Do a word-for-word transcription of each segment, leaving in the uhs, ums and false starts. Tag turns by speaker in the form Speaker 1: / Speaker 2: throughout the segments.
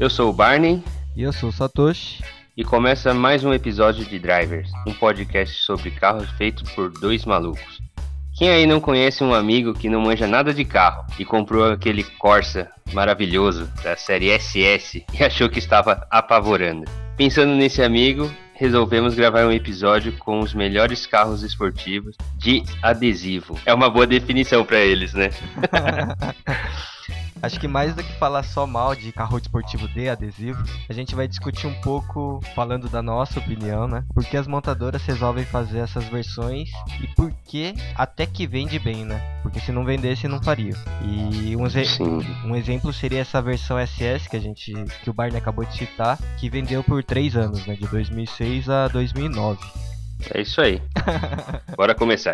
Speaker 1: Eu sou o Barney.
Speaker 2: E eu sou o Satoshi.
Speaker 1: E começa mais um episódio de Drivers, um podcast sobre carros feito por dois malucos. Quem aí não conhece um amigo que não manja nada de carro e comprou aquele Corsa maravilhoso da série S S e achou que estava apavorando? Pensando nesse amigo, resolvemos gravar um episódio com os melhores carros esportivos de adesivo. É uma boa definição para eles, né?
Speaker 2: Acho que mais do que falar só mal de carro esportivo de adesivo, a gente vai discutir um pouco, falando da nossa opinião, né? Por que as montadoras resolvem fazer essas versões e por que até que vende bem, né? Porque se não vendesse, não faria. E um, exe- um exemplo seria essa versão S S que a gente, que o Barney acabou de citar, que vendeu por três anos, né? De dois mil e seis a dois mil e nove.
Speaker 1: É isso aí. Bora começar.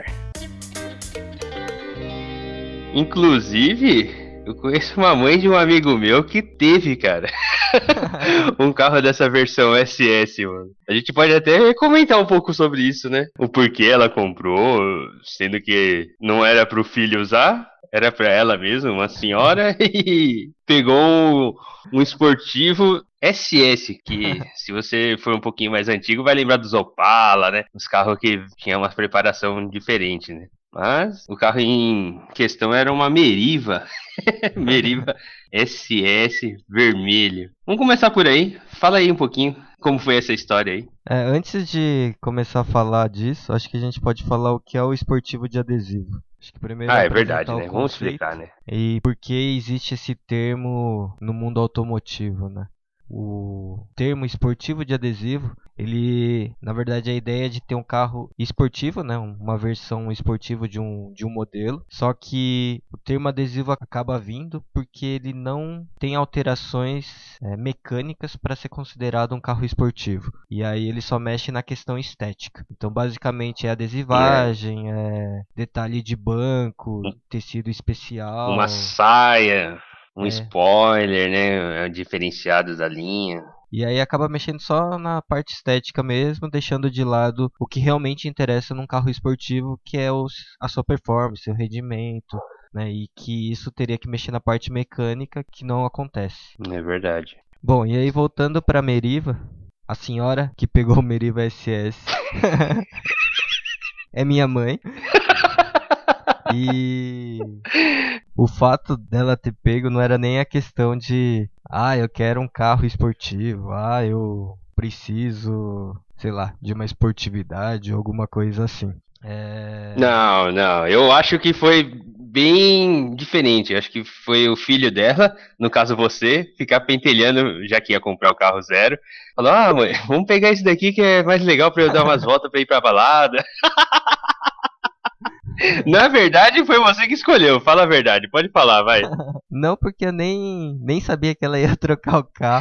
Speaker 1: Inclusive, eu conheço uma mãe de um amigo meu que teve, cara, um carro dessa versão S S, mano. A gente pode até comentar um pouco sobre isso, né? O porquê ela comprou, sendo que não era pro filho usar, era pra ela mesma, uma senhora, e pegou um, um esportivo S S, que se você for um pouquinho mais antigo vai lembrar dos Opala, né? Os carros que tinham uma preparação diferente, né? Mas o carro em questão era uma Meriva. Meriva S S vermelho. Vamos começar por aí. Fala aí um pouquinho como foi essa história aí.
Speaker 2: É, antes de começar a falar disso, acho que a gente pode falar o que é o esportivo de adesivo. Acho que primeiro
Speaker 1: Ah, é
Speaker 2: apresentar
Speaker 1: verdade,
Speaker 2: o
Speaker 1: né? Vamos
Speaker 2: conceito
Speaker 1: explicar, né?
Speaker 2: E por que existe esse termo no mundo automotivo, né? O termo esportivo de adesivo, ele, na verdade, a ideia é de ter um carro esportivo, né? Uma versão esportiva de um, de um modelo. Só que o termo adesivo acaba vindo porque ele não tem alterações é, mecânicas para ser considerado um carro esportivo. E aí ele só mexe na questão estética. Então, basicamente, é adesivagem, é detalhe de banco, tecido especial.
Speaker 1: Uma saia. Um
Speaker 2: É.
Speaker 1: spoiler, né? Diferenciado da linha.
Speaker 2: E aí acaba mexendo só na parte estética mesmo, deixando de lado o que realmente interessa num carro esportivo, que é os, a sua performance, o rendimento, né? E que isso teria que mexer na parte mecânica, que não acontece.
Speaker 1: É verdade.
Speaker 2: Bom, e aí voltando para a Meriva, a senhora que pegou o Meriva S S é minha mãe. E o fato dela ter pego não era nem a questão de ah, eu quero um carro esportivo, ah, eu preciso, sei lá, de uma esportividade ou alguma coisa assim. É...
Speaker 1: Não, não, eu acho que foi bem diferente. Eu acho que foi o filho dela, no caso você, ficar pentelhando, já que ia comprar o carro zero. Falou, ah, mãe, vamos pegar esse daqui que é mais legal pra eu dar umas voltas pra ir pra balada. Na verdade, foi você que escolheu, fala a verdade, pode falar, vai.
Speaker 2: Não, porque eu nem, nem sabia que ela ia trocar o carro.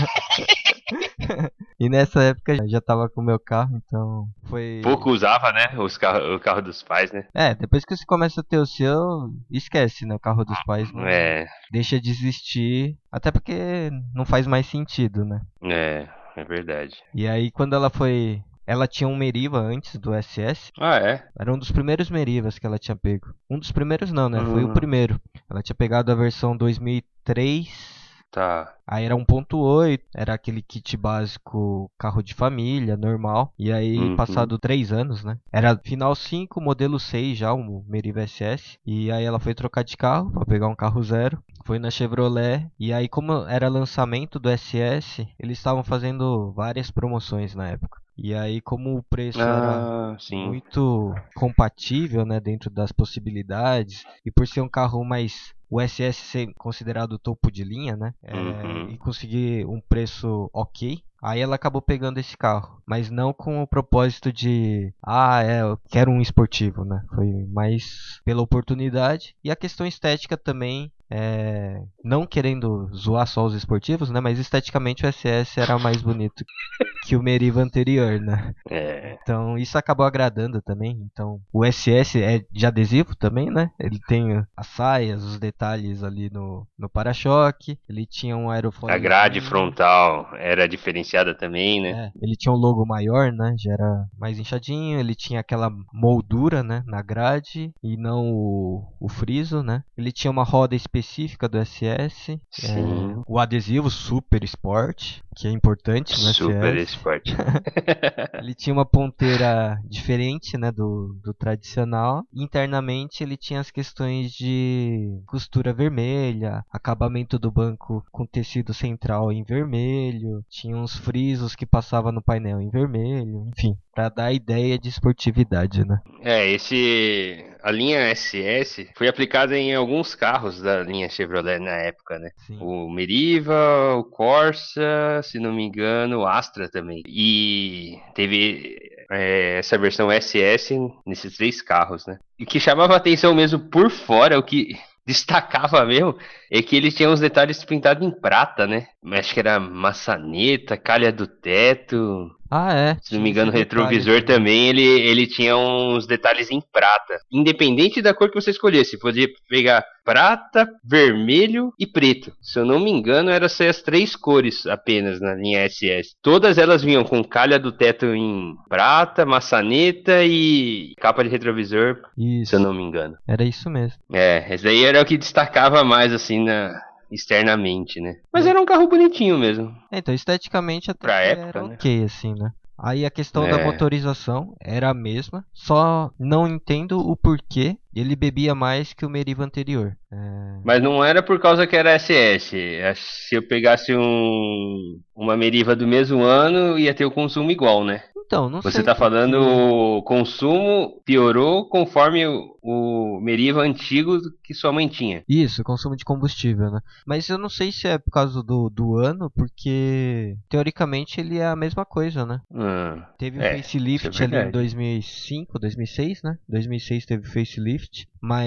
Speaker 2: E nessa época eu já tava com o meu carro, então foi...
Speaker 1: Pouco usava, né, os carro, o carro dos pais, né?
Speaker 2: É, depois que você começa a ter o seu, esquece, né, o carro dos pais. Não...
Speaker 1: É.
Speaker 2: Deixa de existir, até porque não faz mais sentido, né?
Speaker 1: É, é verdade.
Speaker 2: E aí quando ela foi... Ela tinha um Meriva antes do S S.
Speaker 1: Ah, é?
Speaker 2: Era um dos primeiros Merivas que ela tinha pego. Um dos primeiros não, né?
Speaker 1: Hum.
Speaker 2: Foi o primeiro. Ela tinha pegado a versão dois mil e três.
Speaker 1: Tá.
Speaker 2: Aí era um ponto oito, era aquele kit básico carro de família, normal. E aí,
Speaker 1: Uhum.
Speaker 2: passado três anos, né? Era final cinco, modelo seis já, o Meriva S S. E aí ela foi trocar de carro pra pegar um carro zero. Foi na Chevrolet. E aí, como era lançamento do S S, eles estavam fazendo várias promoções na época. E aí, como o preço
Speaker 1: Ah,
Speaker 2: era
Speaker 1: sim.
Speaker 2: muito compatível, né, dentro das possibilidades, e por ser um carro mais... O S S ser considerado o topo de linha, né, é,
Speaker 1: Uhum.
Speaker 2: e conseguir um preço ok, aí ela acabou pegando esse carro. Mas não com o propósito de, ah, é, eu quero um esportivo, né, foi mais pela oportunidade. E a questão estética também, é, não querendo zoar só os esportivos, né, mas esteticamente o S S era mais bonito que o Meriva anterior, né?
Speaker 1: É.
Speaker 2: Então isso acabou agradando também. Então o S S é de adesivo também, né? Ele tem as saias, os detalhes ali no, no para-choque. Ele tinha um aerofólio.
Speaker 1: A grade frontal era diferenciada também, né?
Speaker 2: É, ele tinha um logo maior, né? Já era mais inchadinho. Ele tinha aquela moldura, né? Na grade e não o, o friso, né? Ele tinha uma roda especial específica do S S.
Speaker 1: Sim.
Speaker 2: É, o adesivo Super Sport, que é importante no
Speaker 1: Super
Speaker 2: S S.
Speaker 1: Sport.
Speaker 2: Ele tinha uma ponteira diferente, né, do, do tradicional. Internamente ele tinha as questões de costura vermelha, acabamento do banco com tecido central em vermelho, tinha uns frisos que passavam no painel em vermelho, enfim, para dar a ideia de esportividade, né?
Speaker 1: É, esse a linha S S foi aplicada em alguns carros da linha Chevrolet na época, né?
Speaker 2: Sim.
Speaker 1: O Meriva, o Corsa, se não me engano, o Astra também. E teve é, essa versão S S nesses três carros, né? E o que chamava atenção mesmo por fora, o que destacava mesmo, é que ele tinha uns detalhes pintados em prata, né? Acho que era maçaneta, calha do teto.
Speaker 2: Ah, é.
Speaker 1: Se não me engano, o
Speaker 2: esse detalhe
Speaker 1: retrovisor também, ele, ele tinha uns detalhes em prata. Independente da cor que você escolhesse. Podia pegar prata, vermelho e preto. Se eu não me engano, eram essas três cores apenas na linha S S. Todas elas vinham com calha do teto em prata, maçaneta e capa de retrovisor,
Speaker 2: Isso.
Speaker 1: se eu não me engano.
Speaker 2: Era isso mesmo.
Speaker 1: É, esse daí era o que destacava mais, assim, na... externamente, né? Mas era um carro bonitinho mesmo.
Speaker 2: É, então, esteticamente até
Speaker 1: Pra
Speaker 2: que
Speaker 1: época,
Speaker 2: era
Speaker 1: né?
Speaker 2: ok, assim, né? Aí a questão
Speaker 1: É.
Speaker 2: da motorização era a mesma, só não entendo o porquê ele bebia mais que o Meriva anterior. É...
Speaker 1: Mas não era por causa que era S S. Se eu pegasse um, uma Meriva do mesmo ano, ia ter o consumo igual, né?
Speaker 2: Então, não
Speaker 1: Você
Speaker 2: sei
Speaker 1: tá
Speaker 2: porque...
Speaker 1: falando o consumo piorou conforme o, o Meriva antigo que sua mãe tinha.
Speaker 2: Isso, consumo de combustível, né? Mas eu não sei se é por causa do, do ano, porque teoricamente ele é a mesma coisa, né?
Speaker 1: Hum,
Speaker 2: Teve o
Speaker 1: é,
Speaker 2: facelift
Speaker 1: isso é
Speaker 2: ali em
Speaker 1: verdade.
Speaker 2: dois mil e cinco, dois mil e seis, né? dois mil e seis teve facelift,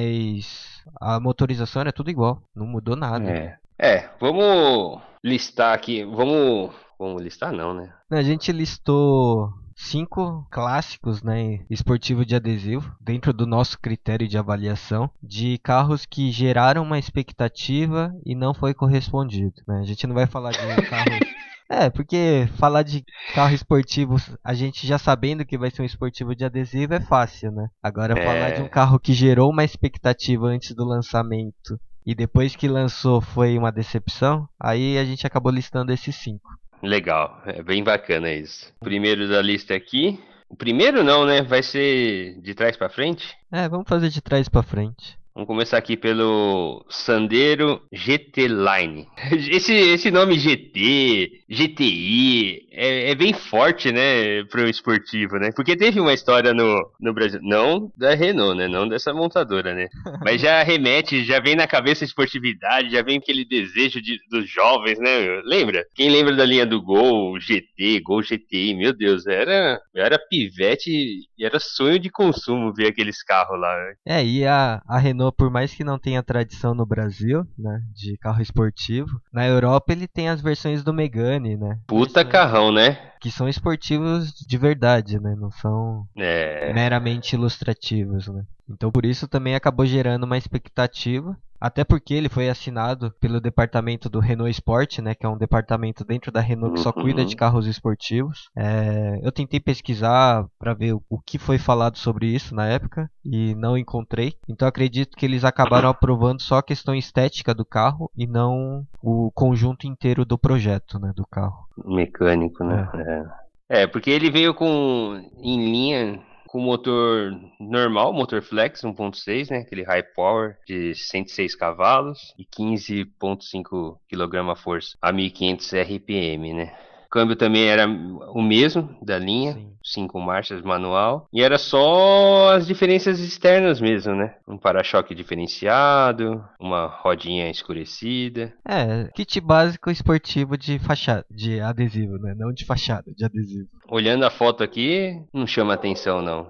Speaker 2: mas a motorização era tudo igual, não mudou nada.
Speaker 1: É. é, vamos listar aqui, vamos, vamos listar não, né?
Speaker 2: A gente listou cinco clássicos, né, esportivo de adesivo, dentro do nosso critério de avaliação, de carros que geraram uma expectativa e não foi correspondido, né? A gente não vai falar de carros... É, porque falar de carro esportivo, a gente já sabendo que vai ser um esportivo de adesivo é fácil, né? Agora
Speaker 1: É.
Speaker 2: falar de um carro que gerou uma expectativa antes do lançamento e depois que lançou foi uma decepção, aí a gente acabou listando esses cinco.
Speaker 1: Legal, é bem bacana isso. Primeiro da lista aqui. O primeiro não, né? Vai ser de trás pra frente.
Speaker 2: É, vamos fazer de trás pra frente.
Speaker 1: Vamos começar aqui pelo Sandero G T Line. Esse, esse nome G T, G T I, é, é bem forte, né, pro esportivo, né? Porque teve uma história no, no Brasil, não da Renault, né, não dessa montadora, né? Mas já remete, já vem na cabeça a esportividade, já vem aquele desejo de, dos jovens, né? Lembra? Quem lembra da linha do Gol G T, Gol G T I, meu Deus, era, eu era pivete e era sonho de consumo ver aqueles carros lá, né?
Speaker 2: É, e a, a Renault, por mais que não tenha tradição no Brasil, né, de carro esportivo, na Europa ele tem as versões do Megane, né?
Speaker 1: Puta
Speaker 2: versões
Speaker 1: carrão, né?
Speaker 2: que são esportivos de verdade, né? Não são
Speaker 1: É.
Speaker 2: meramente ilustrativos, né? Então por isso também acabou gerando uma expectativa. Até porque ele foi assinado pelo departamento do Renault Sport, né, que é um departamento dentro da Renault que só cuida de carros esportivos. É, eu tentei pesquisar para ver o, o que foi falado sobre isso na época e não encontrei. Então acredito que eles acabaram aprovando só a questão estética do carro e não o conjunto inteiro do projeto, né, do carro.
Speaker 1: Mecânico, né? É. é, porque ele veio com em linha com motor normal, motor flex um ponto seis, né? Aquele high power de cento e seis cavalos e quinze vírgula cinco quilograma-força a mil e quinhentos R P M, né? O câmbio também era o mesmo da linha,
Speaker 2: Sim.
Speaker 1: cinco marchas manual, e era só as diferenças externas mesmo, né? Um para-choque diferenciado, uma rodinha escurecida.
Speaker 2: É, kit básico esportivo de fachada, de adesivo, né? Não de fachada, de adesivo.
Speaker 1: Olhando a foto aqui, não chama atenção não.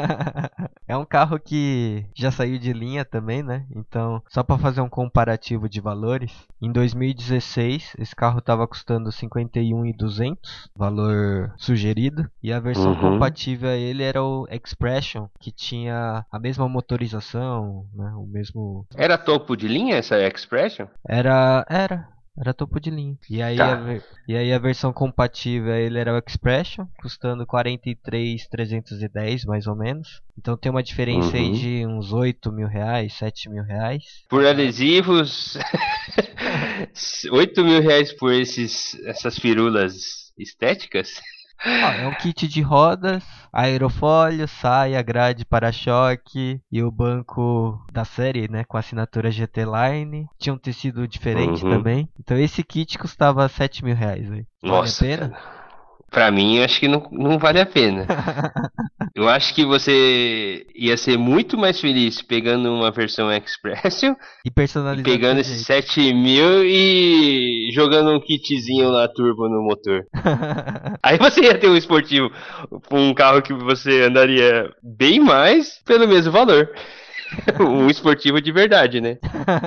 Speaker 2: É um carro que já saiu de linha também, né? Então, só para fazer um comparativo de valores, em dois mil e dezesseis esse carro estava custando cinquenta e um mil e duzentos, valor sugerido, e a versão
Speaker 1: Uhum.
Speaker 2: compatível a ele era o Expression, que tinha a mesma motorização, né? O mesmo
Speaker 1: Era topo de linha essa Expression?
Speaker 2: Era, era Era topo de linha. E aí,
Speaker 1: Tá.
Speaker 2: a, ver- e aí a versão compatível, ele era o Expression, custando quarenta e três mil trezentos e dez, mais ou menos. Então tem uma diferença aí
Speaker 1: Uhum.
Speaker 2: de uns oito mil reais, sete mil reais.
Speaker 1: Por adesivos, oito mil reais por esses, essas firulas estéticas?
Speaker 2: Ó, é um kit de rodas, aerofólio, saia, grade, para-choque e o banco da série, né, com assinatura G T Line. Tinha um tecido diferente
Speaker 1: Uhum.
Speaker 2: também. Então esse kit custava sete mil reais, velho. Vale a
Speaker 1: Nossa,
Speaker 2: pena?
Speaker 1: cara. Pra mim, eu acho que não, não vale a pena. Eu acho que você ia ser muito mais feliz pegando uma versão Expression
Speaker 2: E
Speaker 1: e
Speaker 2: personalizado
Speaker 1: pegando
Speaker 2: desse
Speaker 1: esses
Speaker 2: jeito.
Speaker 1: sete mil e jogando um kitzinho lá turbo no motor. Aí você ia ter um esportivo, um carro que você andaria bem mais pelo mesmo valor. Um esportivo de verdade, né?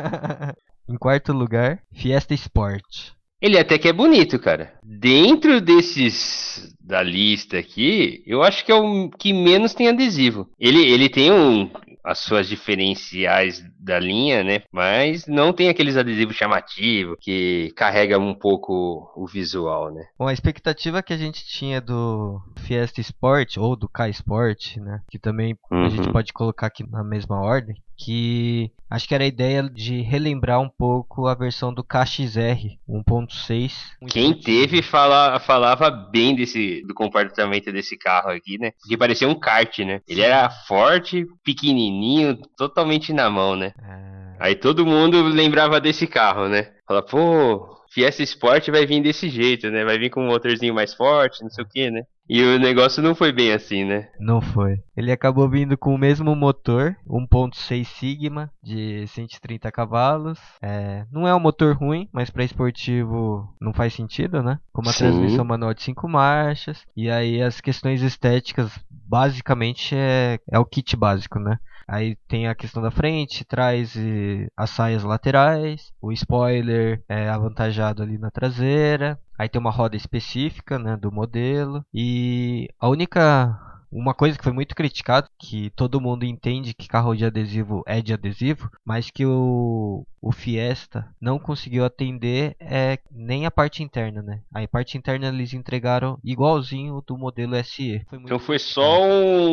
Speaker 2: Em quarto lugar, Fiesta Sport.
Speaker 1: Ele até que é bonito, cara. Dentro desses da lista aqui, eu acho que é o que menos tem adesivo. Ele, ele tem um, as suas diferenciais da linha, né? Mas não tem aqueles adesivos chamativos que carrega um pouco o visual, né?
Speaker 2: Bom, a expectativa que a gente tinha do Fiesta Sport, ou do K Sport, né? Que também a gente
Speaker 1: Uhum.
Speaker 2: pode colocar aqui na mesma ordem. Que acho que era a ideia de relembrar um pouco a versão do K X R um ponto seis.
Speaker 1: Quem teve fala, falava bem desse do comportamento desse carro aqui, né? Porque parecia um kart, né? Ele era forte, pequenininho, totalmente na mão, né?
Speaker 2: É...
Speaker 1: Aí todo mundo lembrava desse carro, né? Fala, pô, Fiesta Sport vai vir desse jeito, né? Vai vir com um motorzinho mais forte, não sei o que, né? E o negócio não foi bem assim, né?
Speaker 2: Não foi. Ele acabou vindo com o mesmo motor, um ponto seis Sigma, de cento e trinta cavalos. É, não é um motor ruim, mas para esportivo não faz sentido, né? Com uma
Speaker 1: Sim.
Speaker 2: transmissão manual de cinco marchas. E aí as questões estéticas, basicamente, é, é o kit básico, né? Aí tem a questão da frente, trás e as saias laterais, o spoiler é avantajado ali na traseira. Aí tem uma roda específica, né, do modelo. E a única uma coisa que foi muito criticado, que todo mundo entende que carro de adesivo é de adesivo, mas que o, o Fiesta não conseguiu atender é nem a parte interna, né? A parte interna eles entregaram igualzinho do modelo S E. Foi muito
Speaker 1: Então foi
Speaker 2: criticado.
Speaker 1: só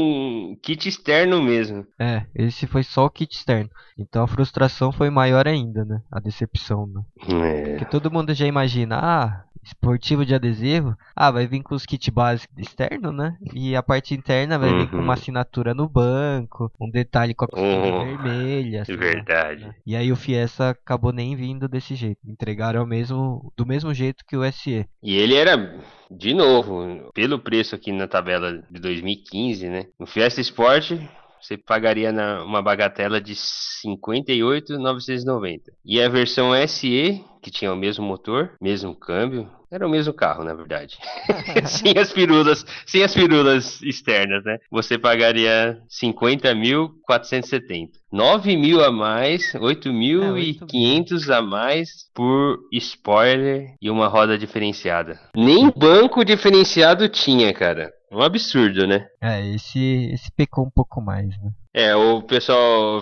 Speaker 1: um kit externo mesmo.
Speaker 2: É, esse foi só o kit externo. Então a frustração foi maior ainda, né? A decepção, né?
Speaker 1: É.
Speaker 2: Porque todo mundo já imagina, ah, esportivo de adesivo, ah, vai vir com os kits básicos externos, né? E a parte interna vai vir com uma
Speaker 1: Uhum.
Speaker 2: assinatura no banco, um detalhe com a costura
Speaker 1: Oh,
Speaker 2: vermelha, sei lá,
Speaker 1: verdade.
Speaker 2: né? E aí o Fiesta acabou nem vindo desse jeito. Entregaram mesmo, do mesmo jeito que o S E.
Speaker 1: E ele era, de novo, pelo preço aqui na tabela de dois mil e quinze, né? No Fiesta Sport, você pagaria na, uma bagatela de cinquenta e oito mil novecentos e noventa. E a versão S E, que tinha o mesmo motor, mesmo câmbio, era o mesmo carro, na verdade. sem as firulas, sem as firulas externas, né? Você pagaria cinquenta mil quatrocentos e setenta. nove mil a mais, oito
Speaker 2: É,
Speaker 1: mil e
Speaker 2: oito mil.
Speaker 1: quinhentos a mais por spoiler e uma roda diferenciada. Nem banco diferenciado tinha, cara. Um absurdo, né?
Speaker 2: É, esse, esse pecou um pouco mais, né?
Speaker 1: É, o pessoal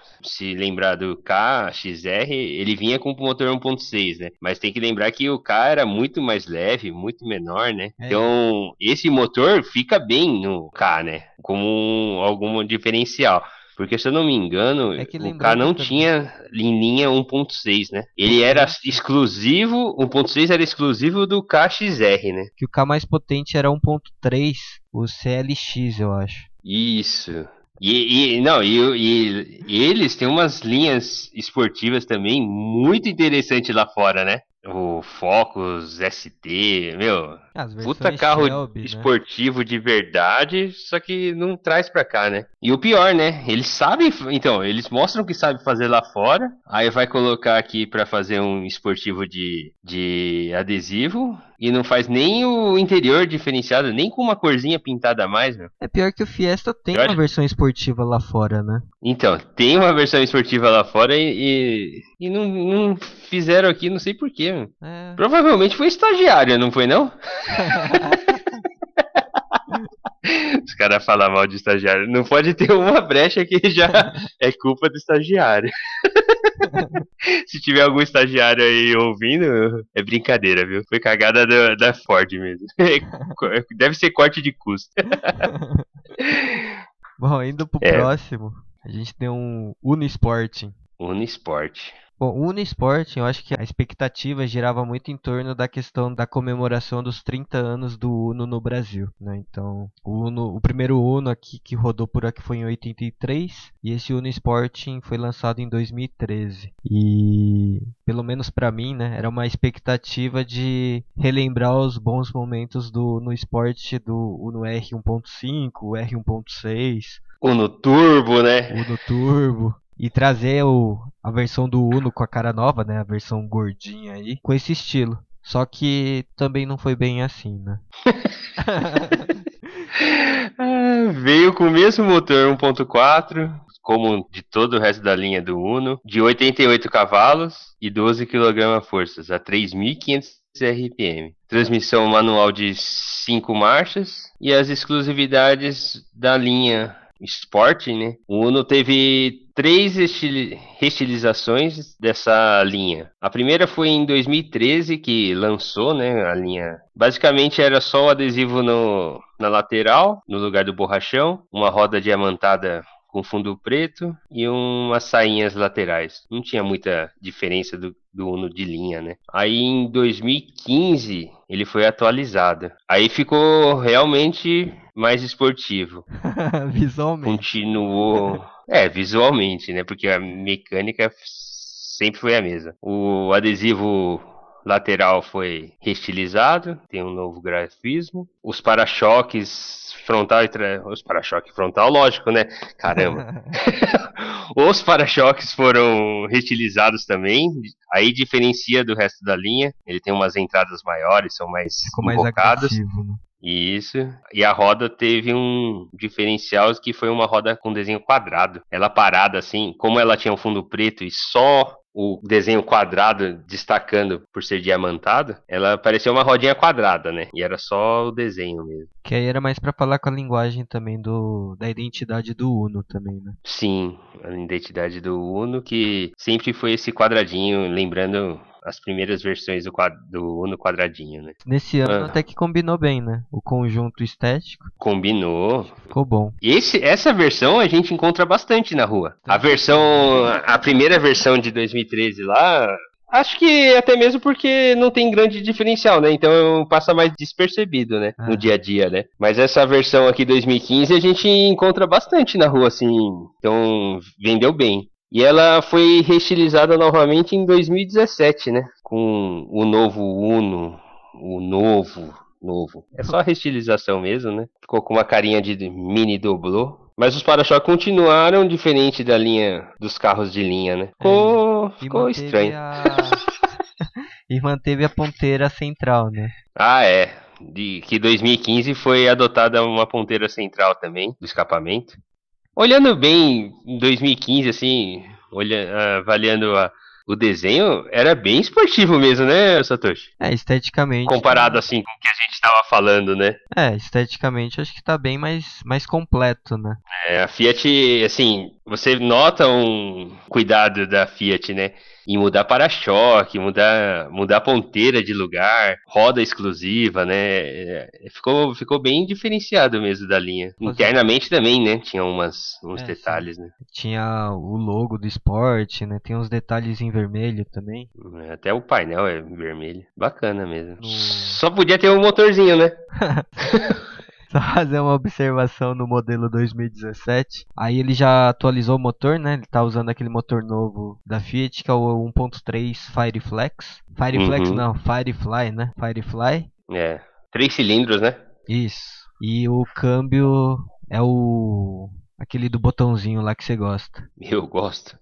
Speaker 1: se lembrar do K X R, ele vinha com o motor um ponto seis, né? Mas tem que lembrar que o K era muito mais leve, muito menor, né?
Speaker 2: É.
Speaker 1: Então, esse motor fica bem no K, né? Como um, algum diferencial. Porque, se eu não me engano,
Speaker 2: É que
Speaker 1: o K
Speaker 2: lembrando
Speaker 1: não
Speaker 2: também-
Speaker 1: tinha em linha um ponto seis, né? Ele era exclusivo, um ponto seis era exclusivo do K X R, né?
Speaker 2: Que o K mais potente era um ponto três, o C L X, eu acho.
Speaker 1: Isso. E, e não, e, e- e eles têm umas linhas esportivas também muito interessantes lá fora, né? O Focus S T, meu,
Speaker 2: As
Speaker 1: puta
Speaker 2: versões
Speaker 1: carro
Speaker 2: Shelby, né?
Speaker 1: esportivo de verdade, só que não traz pra cá, né? E o pior, né? Eles sabem, então, eles mostram que sabem fazer lá fora, aí vai colocar aqui pra fazer um esportivo de, de adesivo e não faz nem o interior diferenciado, nem com uma corzinha pintada a mais, meu.
Speaker 2: É pior que o Fiesta tem
Speaker 1: Eu
Speaker 2: uma
Speaker 1: acho-
Speaker 2: versão esportiva lá fora, né?
Speaker 1: Então, tem uma versão esportiva lá fora e, e, e não, não fizeram aqui, não sei porquê.
Speaker 2: É.
Speaker 1: Provavelmente foi estagiário, não foi não? Os caras falam mal de estagiário. Não pode ter uma brecha que já é culpa do estagiário. Se tiver algum estagiário aí ouvindo, é brincadeira, viu? Foi cagada da, da Ford mesmo. Deve ser corte de custo.
Speaker 2: Bom, indo pro
Speaker 1: É.
Speaker 2: próximo, a gente tem um Uno Sporting.
Speaker 1: Uno Sport.
Speaker 2: Bom, o Uno Sporting, eu acho que a expectativa girava muito em torno da questão da comemoração dos trinta anos do Uno no Brasil, né? Então, o, Uno, o primeiro Uno aqui que rodou por aqui foi em oitenta e três e esse Uno Sporting foi lançado em dois mil e treze. E, pelo menos pra mim, né, era uma expectativa de relembrar os bons momentos do Uno Sport do Uno R um ponto cinco, o R um ponto seis,
Speaker 1: Uno Turbo, né?
Speaker 2: Uno Turbo. E trazer o, a versão do Uno com a cara nova, né? A versão gordinha aí, com esse estilo. Só que também não foi bem assim, né?
Speaker 1: Ah, veio com o mesmo motor um ponto quatro, como de todo o resto da linha do Uno, de oitenta e oito cavalos e doze quilos-forças, a três mil e quinhentos R P M. Transmissão manual de cinco marchas e as exclusividades da linha Sport, né? O Uno teve três estili- restilizações dessa linha. A primeira foi em dois mil e treze, que lançou, né, a linha. Basicamente era só o adesivo no, na lateral, no lugar do borrachão, uma roda diamantada com fundo preto e umas sainhas laterais. Não tinha muita diferença do, do Uno de linha, né? Aí em dois mil e quinze ele foi atualizado. Aí ficou realmente mais esportivo.
Speaker 2: Visualmente.
Speaker 1: Continuou. É, visualmente, né? Porque a mecânica sempre foi a mesma. O adesivo lateral foi restilizado, tem um novo grafismo. Os para-choques frontal e tra... os para-choque frontal, lógico, né? Caramba. Os para-choques foram retilizados também. Aí diferencia do resto da linha. Ele tem umas entradas maiores, são mais
Speaker 2: Ficou mais
Speaker 1: embocadas.
Speaker 2: agressivo, né?
Speaker 1: Isso. E a roda teve um diferencial que foi uma roda com desenho quadrado. Ela parada assim, como ela tinha um fundo preto e só o desenho quadrado destacando por ser diamantado, ela parecia uma rodinha quadrada, né? E era só o desenho mesmo.
Speaker 2: Que aí era mais pra falar com a linguagem também do da identidade do Uno também, né?
Speaker 1: Sim, a identidade do Uno, que sempre foi esse quadradinho, lembrando as primeiras versões do, quad... do Uno quadradinho, né?
Speaker 2: Nesse ano
Speaker 1: Ah.
Speaker 2: até que combinou bem, né? O conjunto estético
Speaker 1: Combinou.
Speaker 2: ficou bom.
Speaker 1: Esse, essa versão a gente encontra bastante na rua. A versão, a primeira versão de dois mil e treze lá, acho que até mesmo porque não tem grande diferencial, né? Então passa mais despercebido, né?
Speaker 2: Ah.
Speaker 1: No dia a dia, né? Mas essa versão aqui dois mil e quinze a gente encontra bastante na rua, assim. Então vendeu bem. E ela foi reestilizada novamente em dois mil e dezessete, né? Com o novo Uno, o novo, novo. É só a reestilização mesmo, né? Ficou com uma carinha de mini doblô. Mas os para-choques continuaram diferente da linha dos carros de linha, né? Ficou,
Speaker 2: É,
Speaker 1: ficou
Speaker 2: manteve
Speaker 1: estranho.
Speaker 2: A... e manteve a ponteira central, né?
Speaker 1: Ah, é. De que dois mil e quinze foi adotada uma ponteira central também, do escapamento. Olhando bem, em dois mil e quinze, assim, olha, avaliando a, o desenho, era bem esportivo mesmo, né, Satoshi?
Speaker 2: É, esteticamente.
Speaker 1: Comparado, assim, com o que a gente estava falando, né?
Speaker 2: É, esteticamente acho que tá bem mais, mais completo, né?
Speaker 1: É, a Fiat, assim, você nota um cuidado da Fiat, né? Em mudar para-choque, mudar, mudar a ponteira de lugar, roda exclusiva, né? É, ficou, ficou bem diferenciado mesmo da linha. Internamente também, né? Tinha umas, uns
Speaker 2: É,
Speaker 1: detalhes,
Speaker 2: sim.
Speaker 1: né?
Speaker 2: Tinha o logo do esporte, né? Tem uns detalhes em vermelho também.
Speaker 1: Até o painel é vermelho. Bacana mesmo.
Speaker 2: No...
Speaker 1: Só podia ter um motorzinho, né?
Speaker 2: Só fazer uma observação no modelo dois mil e dezessete. Aí ele já atualizou o motor, né? Ele tá usando aquele motor novo da Fiat, que é o um ponto três Fireflex. Fireflex
Speaker 1: Uhum.
Speaker 2: não, Firefly, né? Firefly.
Speaker 1: É. Três cilindros, né?
Speaker 2: Isso. E o câmbio é o... aquele do botãozinho lá que você gosta.
Speaker 1: Eu gosto.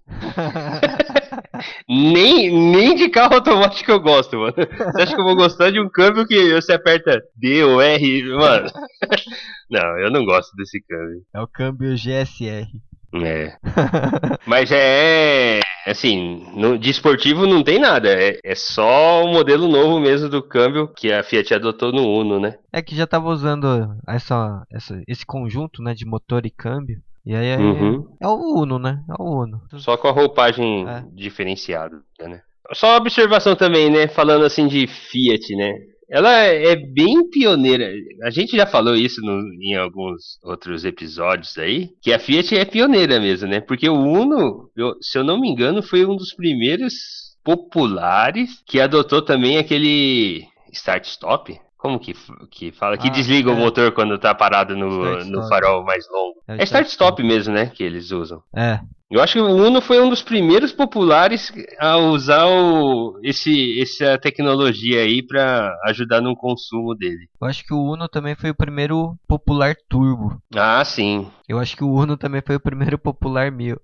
Speaker 1: nem, nem de carro automático eu gosto, mano. Você acha que eu vou gostar de um câmbio que você aperta D ou R, mano? Não, eu não gosto desse câmbio.
Speaker 2: É o câmbio G S R.
Speaker 1: É. Mas é. Assim, no, de esportivo não tem nada. É, é só o modelo novo mesmo do câmbio que a Fiat adotou no Uno, né?
Speaker 2: É que já tava usando essa, essa, esse conjunto, né, de motor e câmbio E aí é,
Speaker 1: Uhum.
Speaker 2: é o Uno, né? É o Uno.
Speaker 1: Só com a roupagem
Speaker 2: É.
Speaker 1: diferenciada, né? Só uma observação também, né? Falando assim de Fiat, né? Ela é bem pioneira. A gente já falou isso no- em alguns outros episódios aí, que a Fiat é pioneira mesmo, né? Porque o Uno, eu- se eu não me engano, foi um dos primeiros populares que adotou também aquele start-stop. Como que, f- que fala? Que
Speaker 2: Ah,
Speaker 1: desliga o
Speaker 2: é.
Speaker 1: motor quando tá parado no, no
Speaker 2: Start-stop.
Speaker 1: farol mais longo.
Speaker 2: É o
Speaker 1: É start-stop
Speaker 2: start-stop.
Speaker 1: mesmo, né? Que eles usam.
Speaker 2: É.
Speaker 1: Eu acho que o Uno foi um dos primeiros populares a usar o, esse, essa tecnologia aí para ajudar no consumo dele.
Speaker 2: Eu acho que o Uno também foi o primeiro popular turbo.
Speaker 1: Ah, sim,
Speaker 2: Eu acho que o Uno também foi o primeiro popular mil.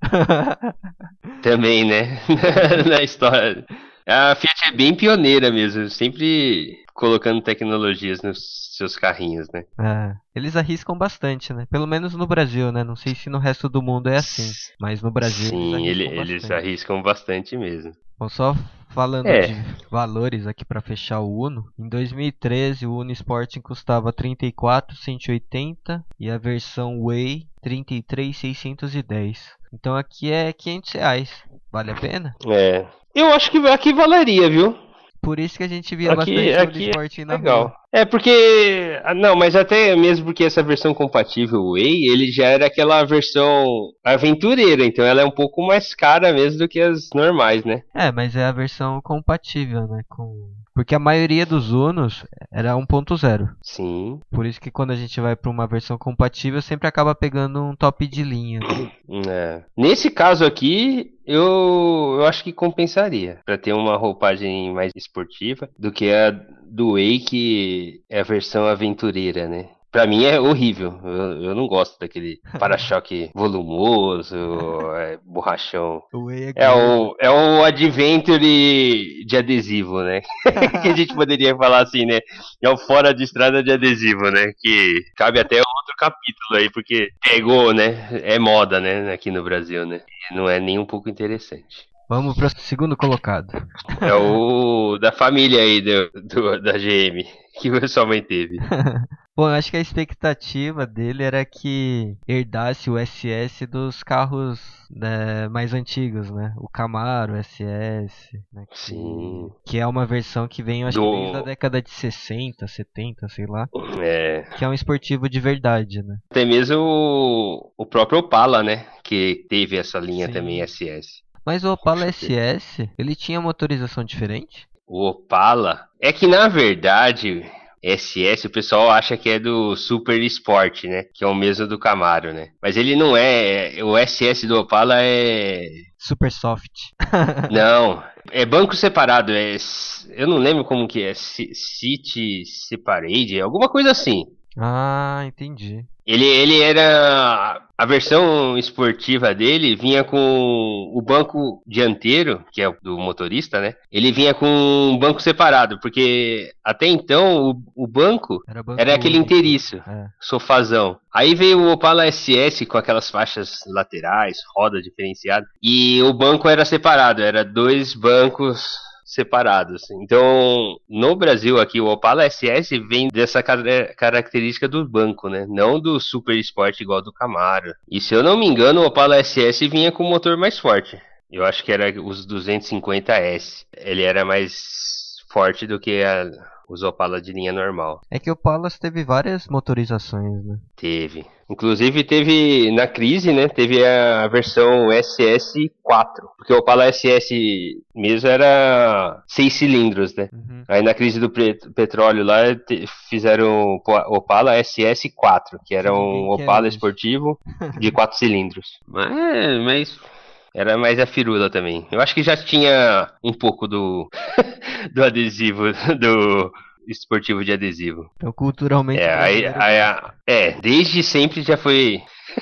Speaker 1: também, né? Na história. A Fiat é bem pioneira mesmo, sempre colocando tecnologias nos seus carrinhos, né?
Speaker 2: É, eles arriscam bastante, né? Pelo menos no Brasil, né? Não sei se no resto do mundo é assim, mas no Brasil eles
Speaker 1: Sim, ele-
Speaker 2: arriscam
Speaker 1: eles
Speaker 2: bastante.
Speaker 1: arriscam bastante mesmo.
Speaker 2: Bom, só falando de
Speaker 1: É,
Speaker 2: valores aqui para fechar o Uno, em dois mil e treze o Uno Sport custava trinta e quatro mil cento e oitenta e a versão Way trinta e três mil seiscentos e dez. Então aqui é quinhentos reais. Vale a pena?
Speaker 1: é. Eu acho que aqui valeria, viu?
Speaker 2: Por isso que a gente via
Speaker 1: Aqui,
Speaker 2: bastante Uno
Speaker 1: aqui
Speaker 2: Sport aí
Speaker 1: é
Speaker 2: na rua.
Speaker 1: legal. É porque. ah, Não, mas até mesmo porque essa versão compatível Way, ele já era aquela versão aventureira, então ela é um pouco mais cara mesmo do que as normais, né?
Speaker 2: É, mas é a versão compatível, né? Com... Porque a maioria dos Unos era um ponto zero.
Speaker 1: Sim.
Speaker 2: Por isso que quando a gente vai para uma versão compatível, sempre acaba pegando um top de linha.
Speaker 1: É. Nesse caso aqui, eu, eu acho que compensaria pra ter uma roupagem mais esportiva do que a do Way, que é a versão aventureira, né? Pra mim é horrível. Eu, eu não gosto daquele para-choque volumoso, é, borrachão.
Speaker 2: O Way é
Speaker 1: É
Speaker 2: grande.
Speaker 1: o, é o Adventure de adesivo, né? Que a gente poderia falar assim, né? É o fora de estrada de adesivo, né? Que cabe até outro capítulo aí, porque pegou, né? É moda, né? Aqui no Brasil, né? E não é nem um pouco interessante.
Speaker 2: Vamos para o segundo colocado.
Speaker 1: É o da família aí do, do- da G M, que sua mãe teve.
Speaker 2: Bom, eu acho que a expectativa dele era que herdasse o S S dos carros, né, mais antigos, né? O Camaro S S, né? Que,
Speaker 1: Sim.
Speaker 2: que é uma versão que vem, eu acho que desde a
Speaker 1: Do.
Speaker 2: década de sessenta, setenta, sei lá.
Speaker 1: É,
Speaker 2: Que é um esportivo de verdade, né?
Speaker 1: até mesmo o, o próprio Opala, né? Que teve essa linha também
Speaker 2: Sim.
Speaker 1: S S.
Speaker 2: Mas o Opala
Speaker 1: Deixa eu ver.
Speaker 2: S S, ele tinha motorização diferente?
Speaker 1: O Opala. É que na verdade, S S o pessoal acha que é do Super Sport, né? Que é o mesmo do Camaro, né? Mas ele não é. O S S do Opala é.
Speaker 2: Super soft.
Speaker 1: Não. É banco separado. É... s- Eu não lembro como que é. C- City Separate, alguma coisa assim.
Speaker 2: Ah, entendi.
Speaker 1: Ele, ele era. A versão esportiva dele vinha com o banco dianteiro, que é o do motorista, né? Ele vinha com um banco separado, porque até então o, o banco
Speaker 2: Era banco
Speaker 1: era aquele
Speaker 2: único.
Speaker 1: inteiriço,
Speaker 2: É.
Speaker 1: sofazão. Aí veio o Opala S S com aquelas faixas laterais, roda diferenciada, e o banco era separado, era dois bancos separados. Então, no Brasil aqui, o Opala S S vem dessa cara- característica do banco, né? Não do Super Sport igual do Camaro. E se eu não me engano, o Opala S S vinha com motor mais forte. Eu acho que era os duzentos e cinquenta S. Ele era mais forte do que a- os Opala de linha normal.
Speaker 2: É que o Palas teve várias motorizações, né?
Speaker 1: Teve. Inclusive teve na crise, né? Teve a versão S S quatro, porque o Opala S S mesmo era seis cilindros, né?
Speaker 2: Uhum.
Speaker 1: Aí na crise do pre- petróleo lá te- fizeram o Opala S S quatro, que era
Speaker 2: Que
Speaker 1: um
Speaker 2: ninguém quer
Speaker 1: Opala
Speaker 2: hoje.
Speaker 1: esportivo de quatro cilindros. Mas, mas era mais a firula também. Eu acho que já tinha um pouco do do adesivo do esportivo de adesivo.
Speaker 2: Então, culturalmente,
Speaker 1: É,
Speaker 2: o
Speaker 1: aí,
Speaker 2: brasileiro
Speaker 1: aí,
Speaker 2: gosta.
Speaker 1: a- é, desde sempre já foi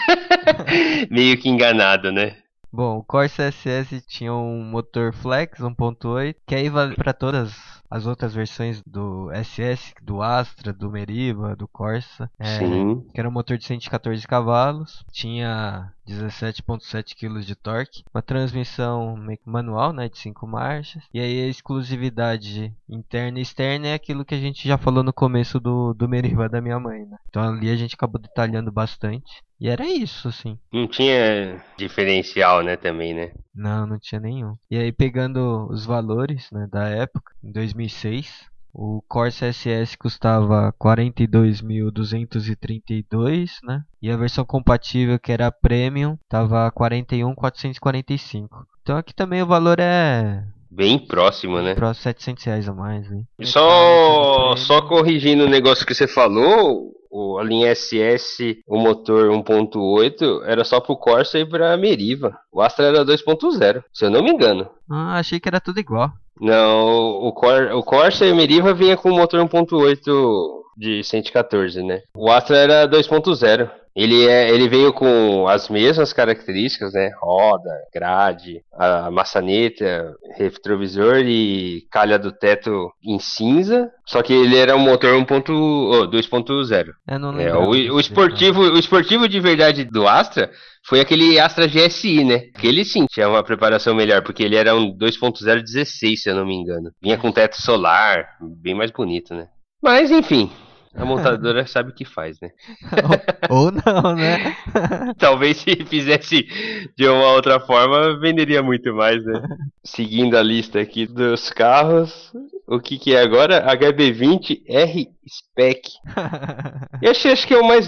Speaker 1: meio que enganado, né?
Speaker 2: Bom, o Corsa S S tinha um motor flex um ponto oito, que aí vale para todas as outras versões do S S, do Astra, do Meriva, do Corsa, é,
Speaker 1: Sim.
Speaker 2: que era um motor de cento e quatorze cavalos. Tinha dezessete vírgula sete quilos de torque, uma transmissão meio que manual, né, de cinco marchas, e aí a exclusividade interna e externa é aquilo que a gente já falou no começo do, do Meriva da minha mãe, né? Então ali a gente acabou detalhando bastante. E era isso, assim.
Speaker 1: Não tinha diferencial, né, também, né?
Speaker 2: Não, não tinha nenhum. E aí pegando os valores, né, da época, em dois mil e seis, o Corsa S S custava quarenta e dois mil duzentos e trinta e dois, né? E a versão compatível, que era Premium, tava quarenta e um mil quatrocentos e quarenta e cinco. Então aqui também o valor é
Speaker 1: Bem próximo, né?
Speaker 2: para setecentos reais a mais, né?
Speaker 1: E só, só corrigindo o negócio que você falou, o- a linha S S, o motor um ponto oito, era só pro Corsa e pra Meriva. O Astra era dois ponto zero, se eu não me engano.
Speaker 2: Ah, achei que era tudo igual.
Speaker 1: Não, o, Cor, o Corsa e o Meriva vinha com o motor um ponto oito de cento e quatorze, né? O Astra era dois ponto zero. Ele, é, ele veio com as mesmas características, né? Roda, grade, a maçaneta, retrovisor e calha do teto em cinza. Só que ele era um motor um ponto, oh, dois ponto zero.
Speaker 2: Eu não
Speaker 1: É,
Speaker 2: lembro.
Speaker 1: o, o, esportivo, o esportivo de verdade do Astra foi aquele Astra G S I, né? Que ele sim tinha uma preparação melhor, porque ele era um dois ponto zero dezesseis, se eu não me engano. Vinha com teto solar, bem mais bonito, né? Mas enfim, a montadora sabe o que faz, né?
Speaker 2: Ou não, né?
Speaker 1: Talvez se fizesse de uma outra forma, venderia muito mais, né? Seguindo a lista aqui dos carros, o que que é agora? H B vinte R Spec. Eu acho, acho que é o mais,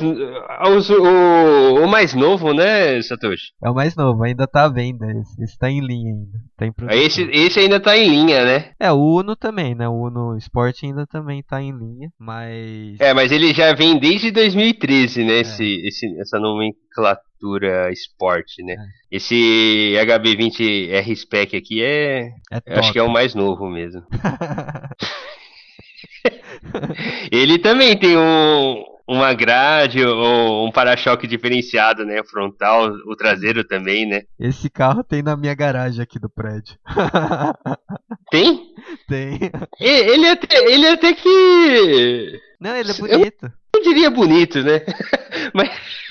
Speaker 1: o, o mais novo, né, Satoshi?
Speaker 2: É o mais novo, ainda tá à venda. Esse, esse tá em linha ainda. Tá em produção.
Speaker 1: Esse, esse ainda tá em linha, né?
Speaker 2: É, o Uno também, né? O Uno Sport ainda também tá em linha, mas...
Speaker 1: É, mas ele já vem desde dois mil e treze, né? É. Esse, esse, essa nomenclatura Sport, né? É. Esse H B vinte R Spec aqui é... é eu acho que é o mais novo mesmo. Ele também tem um, uma grade ou um para-choque diferenciado, né? Frontal, o traseiro também, né?
Speaker 2: Esse carro tem na minha garagem aqui do prédio.
Speaker 1: Tem?
Speaker 2: Tem.
Speaker 1: Ele até, ele até que...
Speaker 2: Não, ele é bonito.
Speaker 1: Eu não diria bonito, né? Mas...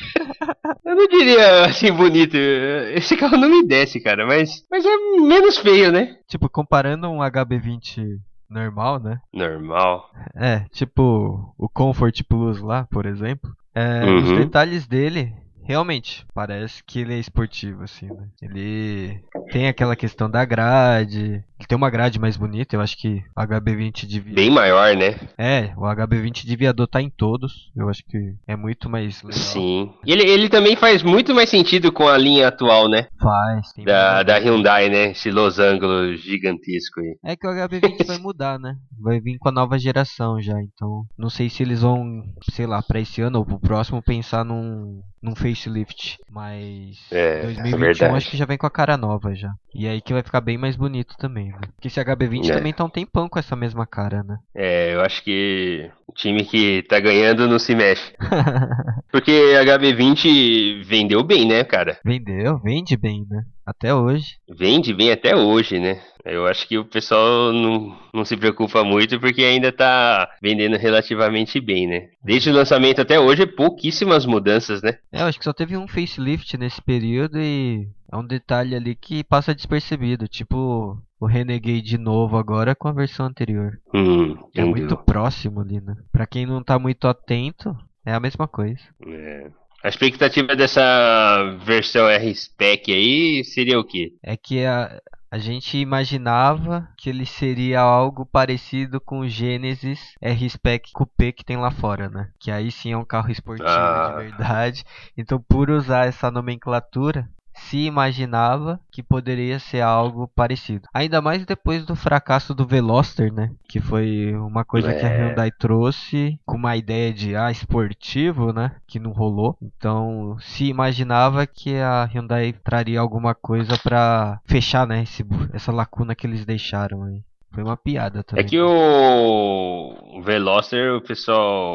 Speaker 1: eu não diria assim bonito. Esse carro não me desce, cara. Mas, mas é menos feio, né?
Speaker 2: Tipo, comparando um H B vinte... normal, né?
Speaker 1: Normal.
Speaker 2: É, tipo o Comfort Plus lá, por exemplo. É, uhum. Os detalhes dele, realmente, parece que ele é esportivo, assim, né? Ele tem aquela questão da grade. Ele tem uma grade mais bonita, eu acho que o H B vinte devia...
Speaker 1: bem maior, né?
Speaker 2: É, o H B vinte devia adotar em todos. Eu acho que é muito mais legal.
Speaker 1: Sim. E ele, ele também faz muito mais sentido com a linha atual, né?
Speaker 2: Faz.
Speaker 1: Da, da Hyundai, né? Esse losango gigantesco aí.
Speaker 2: É que o H B vinte vai mudar, né? Vai vir com a nova geração já. Então, não sei se eles vão, sei lá, pra esse ano ou pro próximo pensar num, num facelift. Mas
Speaker 1: é,
Speaker 2: dois mil e vinte e um é acho que já vem com a cara nova já. E aí que vai ficar bem mais bonito também, né? Porque esse H B vinte é. também tá um tempão com essa mesma cara, né?
Speaker 1: É, eu acho que o time que tá ganhando não se mexe. Porque H B vinte vendeu bem, né, cara?
Speaker 2: Vendeu, vende bem, né? Até hoje.
Speaker 1: Vende bem até hoje, né? Eu acho que o pessoal não, não se preocupa muito porque ainda tá vendendo relativamente bem, né? Desde o lançamento até hoje, pouquíssimas mudanças, né?
Speaker 2: É, eu acho que só teve um facelift nesse período e é um detalhe ali que passa despercebido. Tipo o Renegade novo agora com a versão anterior.
Speaker 1: Hum,
Speaker 2: é muito próximo ali, né? Pra quem não tá muito atento, é a mesma coisa.
Speaker 1: É. A expectativa dessa versão R-Spec aí seria o quê?
Speaker 2: É que a, a gente imaginava que ele seria algo parecido com o Genesis R-Spec Coupé que tem lá fora, né? Que aí sim é um carro esportivo ah. de verdade. Então, por usar essa nomenclatura, se imaginava que poderia ser algo parecido. Ainda mais depois do fracasso do Veloster, né? Que foi uma coisa é. que a Hyundai trouxe com uma ideia de ah, esportivo, né? Que não rolou. Então se imaginava que a Hyundai traria alguma coisa pra fechar, né? Esse, essa lacuna que eles deixaram aí. Foi uma piada também.
Speaker 1: É que o Veloster, o pessoal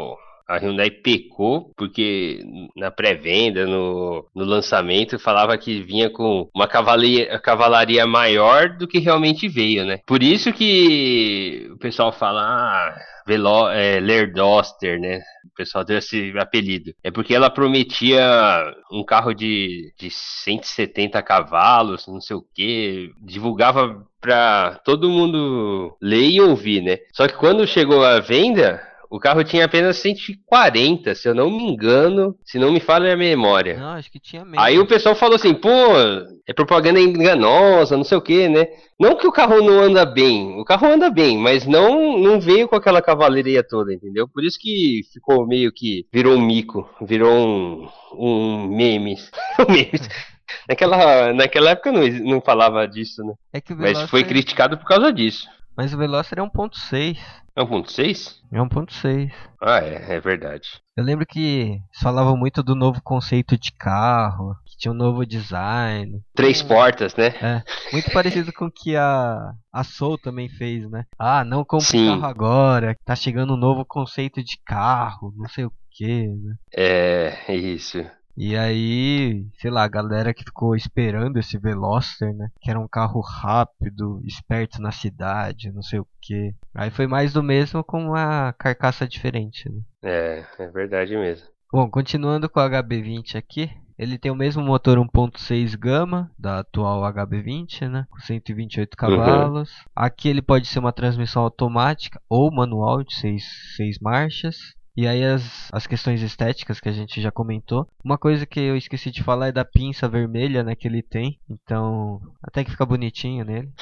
Speaker 1: a Hyundai pecou porque na pré-venda, no, no lançamento, falava que vinha com uma cavalaria, cavalaria maior do que realmente veio, né? Por isso que o pessoal fala, ah, Velo, é, Lerdoster, né? O pessoal deu esse apelido. É porque ela prometia um carro de, de cento e setenta cavalos, não sei o que, divulgava pra todo mundo ler e ouvir, né? Só que quando chegou à venda, o carro tinha apenas cento e quarenta, se eu não me engano, se não me falha a memória.
Speaker 2: Não, acho que tinha menos.
Speaker 1: Aí o pessoal falou assim, pô, é propaganda enganosa, não sei o que, né? Não que o carro não anda bem, o carro anda bem, mas não, não veio com aquela cavalaria toda, entendeu? Por isso que ficou meio que, virou um mico, virou um, um meme. um meme. Naquela, naquela época não, não falava disso, né?
Speaker 2: É que o
Speaker 1: Mas foi
Speaker 2: Veloster...
Speaker 1: criticado por causa disso.
Speaker 2: Mas o Veloster é um ponto seis.
Speaker 1: É um ponto seis?
Speaker 2: É um ponto seis.
Speaker 1: Ah, é, é verdade.
Speaker 2: Eu lembro que eles falavam muito do novo conceito de carro, que tinha um novo design.
Speaker 1: Três
Speaker 2: Hum,
Speaker 1: portas, né?
Speaker 2: É, muito parecido com o que a, a Soul também fez, né? Ah, não compre
Speaker 1: Sim.
Speaker 2: carro agora, tá chegando um novo conceito de carro, não sei o que, né?
Speaker 1: É, isso.
Speaker 2: E aí, sei lá, a galera que ficou esperando esse Veloster, né? Que era um carro rápido, esperto na cidade, não sei o que. Aí foi mais do mesmo com uma carcaça diferente, né?
Speaker 1: É, é verdade mesmo.
Speaker 2: Bom, continuando com o H B vinte aqui, ele tem o mesmo motor um ponto seis Gama da atual H B vinte, né? Com cento e vinte e oito cavalos. Uhum. Aqui ele pode ser uma transmissão automática ou manual de seis marchas. E aí as, as questões estéticas que a gente já comentou. Uma coisa que eu esqueci de falar é da pinça vermelha, né, que ele tem. Então, até que fica bonitinho nele.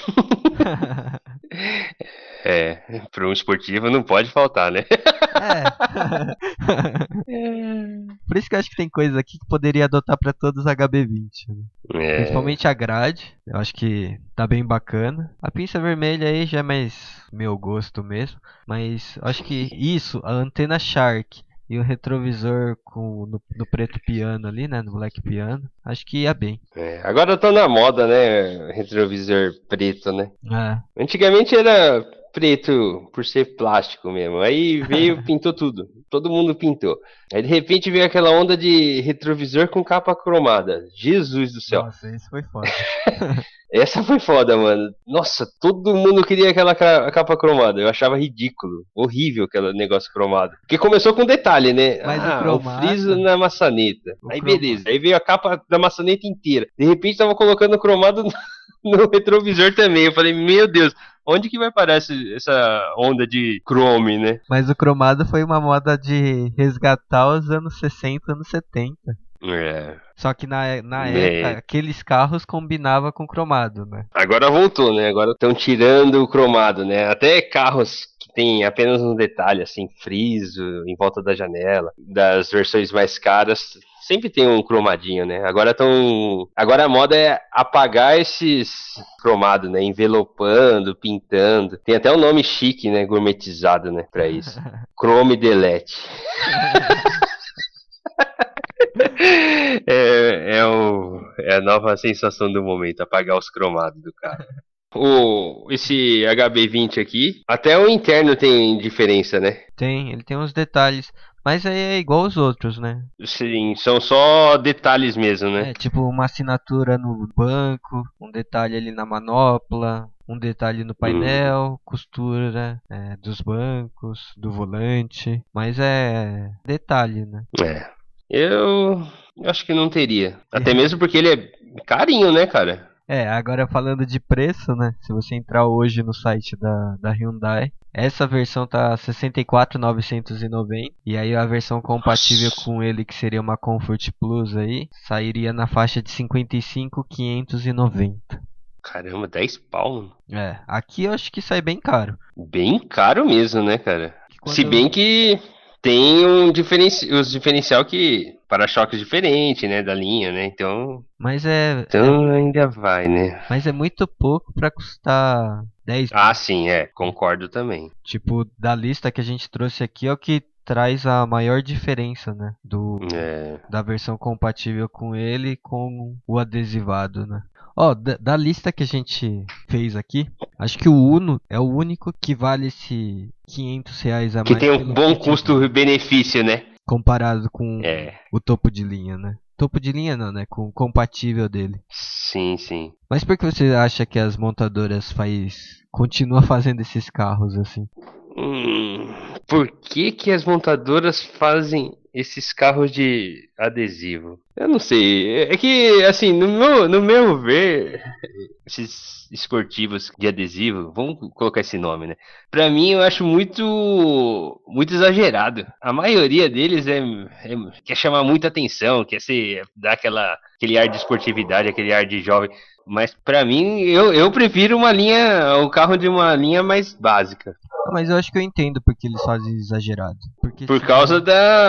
Speaker 1: É, para um esportivo não pode faltar, né?
Speaker 2: É. Por isso que eu acho que tem coisas aqui que poderia adotar para todos os H B vinte, né? É. Principalmente a grade, eu acho que tá bem bacana. A pinça vermelha aí já é mais meu gosto mesmo, mas acho que isso, a antena Shark e o retrovisor com, no, no preto piano ali, né, no black piano, acho que ia bem.
Speaker 1: É, agora tá na moda, né, retrovisor preto, né?
Speaker 2: É.
Speaker 1: Antigamente era preto por ser plástico mesmo, aí veio, pintou tudo, todo mundo pintou. Aí de repente veio aquela onda de retrovisor com capa cromada, Jesus do céu.
Speaker 2: Nossa, isso foi foda.
Speaker 1: Essa foi foda, mano. Nossa, todo mundo queria aquela capa cromada. Eu achava ridículo, horrível aquele negócio cromado. Porque começou com detalhe, né?
Speaker 2: Mas
Speaker 1: ah,
Speaker 2: o cromado...
Speaker 1: o friso na maçaneta.
Speaker 2: O
Speaker 1: aí
Speaker 2: cromado.
Speaker 1: beleza, aí veio a capa da maçaneta inteira. De repente tava colocando cromado no, no retrovisor também. Eu falei, meu Deus, onde que vai parar esse, essa onda de chrome, né?
Speaker 2: Mas o cromado foi uma moda de resgatar os anos sessenta, anos setenta.
Speaker 1: É.
Speaker 2: Só que na, na
Speaker 1: Bem...
Speaker 2: época, aqueles carros combinavam com cromado, né?
Speaker 1: Agora voltou, né? Agora estão tirando o cromado, né? Até carros que tem apenas um detalhe, assim, friso em volta da janela, das versões mais caras, sempre tem um cromadinho, né? Agora estão... Agora a moda é apagar esses cromados, né? Envelopando, pintando. Tem até um nome chique, né? Gourmetizado, né? Pra isso. Chrome Delete. É, é, o, é a nova sensação do momento, apagar os cromados do carro. O, esse H B vinte aqui, até o interno tem diferença, né?
Speaker 2: Tem, ele tem uns detalhes, mas aí é igual os outros, né?
Speaker 1: Sim, são só detalhes mesmo, né?
Speaker 2: É, tipo uma assinatura no banco, um detalhe ali na manopla, um detalhe no painel, hum. costura é, dos bancos, do volante, mas é detalhe, né?
Speaker 1: É. Eu acho que não teria. Até mesmo porque ele é carinho, né, cara?
Speaker 2: É, agora falando de preço, né? Se você entrar hoje no site da, da Hyundai, essa versão tá sessenta e quatro mil novecentos e noventa. E aí a versão compatível Nossa. com ele, que seria uma Comfort Plus aí, sairia na faixa de cinquenta e cinco mil quinhentos e noventa.
Speaker 1: Caramba, dez pau, mano.
Speaker 2: É, aqui eu acho que sai bem caro.
Speaker 1: Bem caro mesmo, né, cara?
Speaker 2: Quando...
Speaker 1: Se bem que tem um diferenci... os diferencial que para-choques diferente, né, da linha, né? Então,
Speaker 2: mas é
Speaker 1: então
Speaker 2: é...
Speaker 1: ainda vai, né?
Speaker 2: Mas é muito pouco para custar dez.
Speaker 1: Ah, sim, é, concordo também.
Speaker 2: Tipo, da lista que a gente trouxe aqui é o que traz a maior diferença, né, do
Speaker 1: é.
Speaker 2: da versão compatível com ele com o adesivado, né? Ó, da, da lista que a gente fez aqui, acho que o Uno é o único que vale esse quinhentos reais a
Speaker 1: Que
Speaker 2: mais
Speaker 1: tem um
Speaker 2: pelo
Speaker 1: bom
Speaker 2: kit,
Speaker 1: custo-benefício, né?
Speaker 2: comparado com
Speaker 1: É,
Speaker 2: o topo de linha, né? Topo de linha não, né? Com o compatível dele.
Speaker 1: sim, sim.
Speaker 2: Mas por que você acha que as montadoras faz continua fazendo esses carros assim?
Speaker 1: Hum, por que que as montadoras fazem esses carros de adesivo? Eu não sei. É que, assim, no meu, no meu ver, esses esportivos de adesivo, vamos colocar esse nome, né? Pra mim, eu acho muito, muito exagerado. A maioria deles é, é- quer chamar muita atenção, quer ser, dar aquela, aquele ar de esportividade, aquele ar de jovem. Mas pra mim, eu, eu prefiro uma linha, o carro de uma linha mais básica.
Speaker 2: Ah, mas eu acho que eu entendo porque eles fazem exagerado. Porque
Speaker 1: Por
Speaker 2: se
Speaker 1: causa
Speaker 2: não.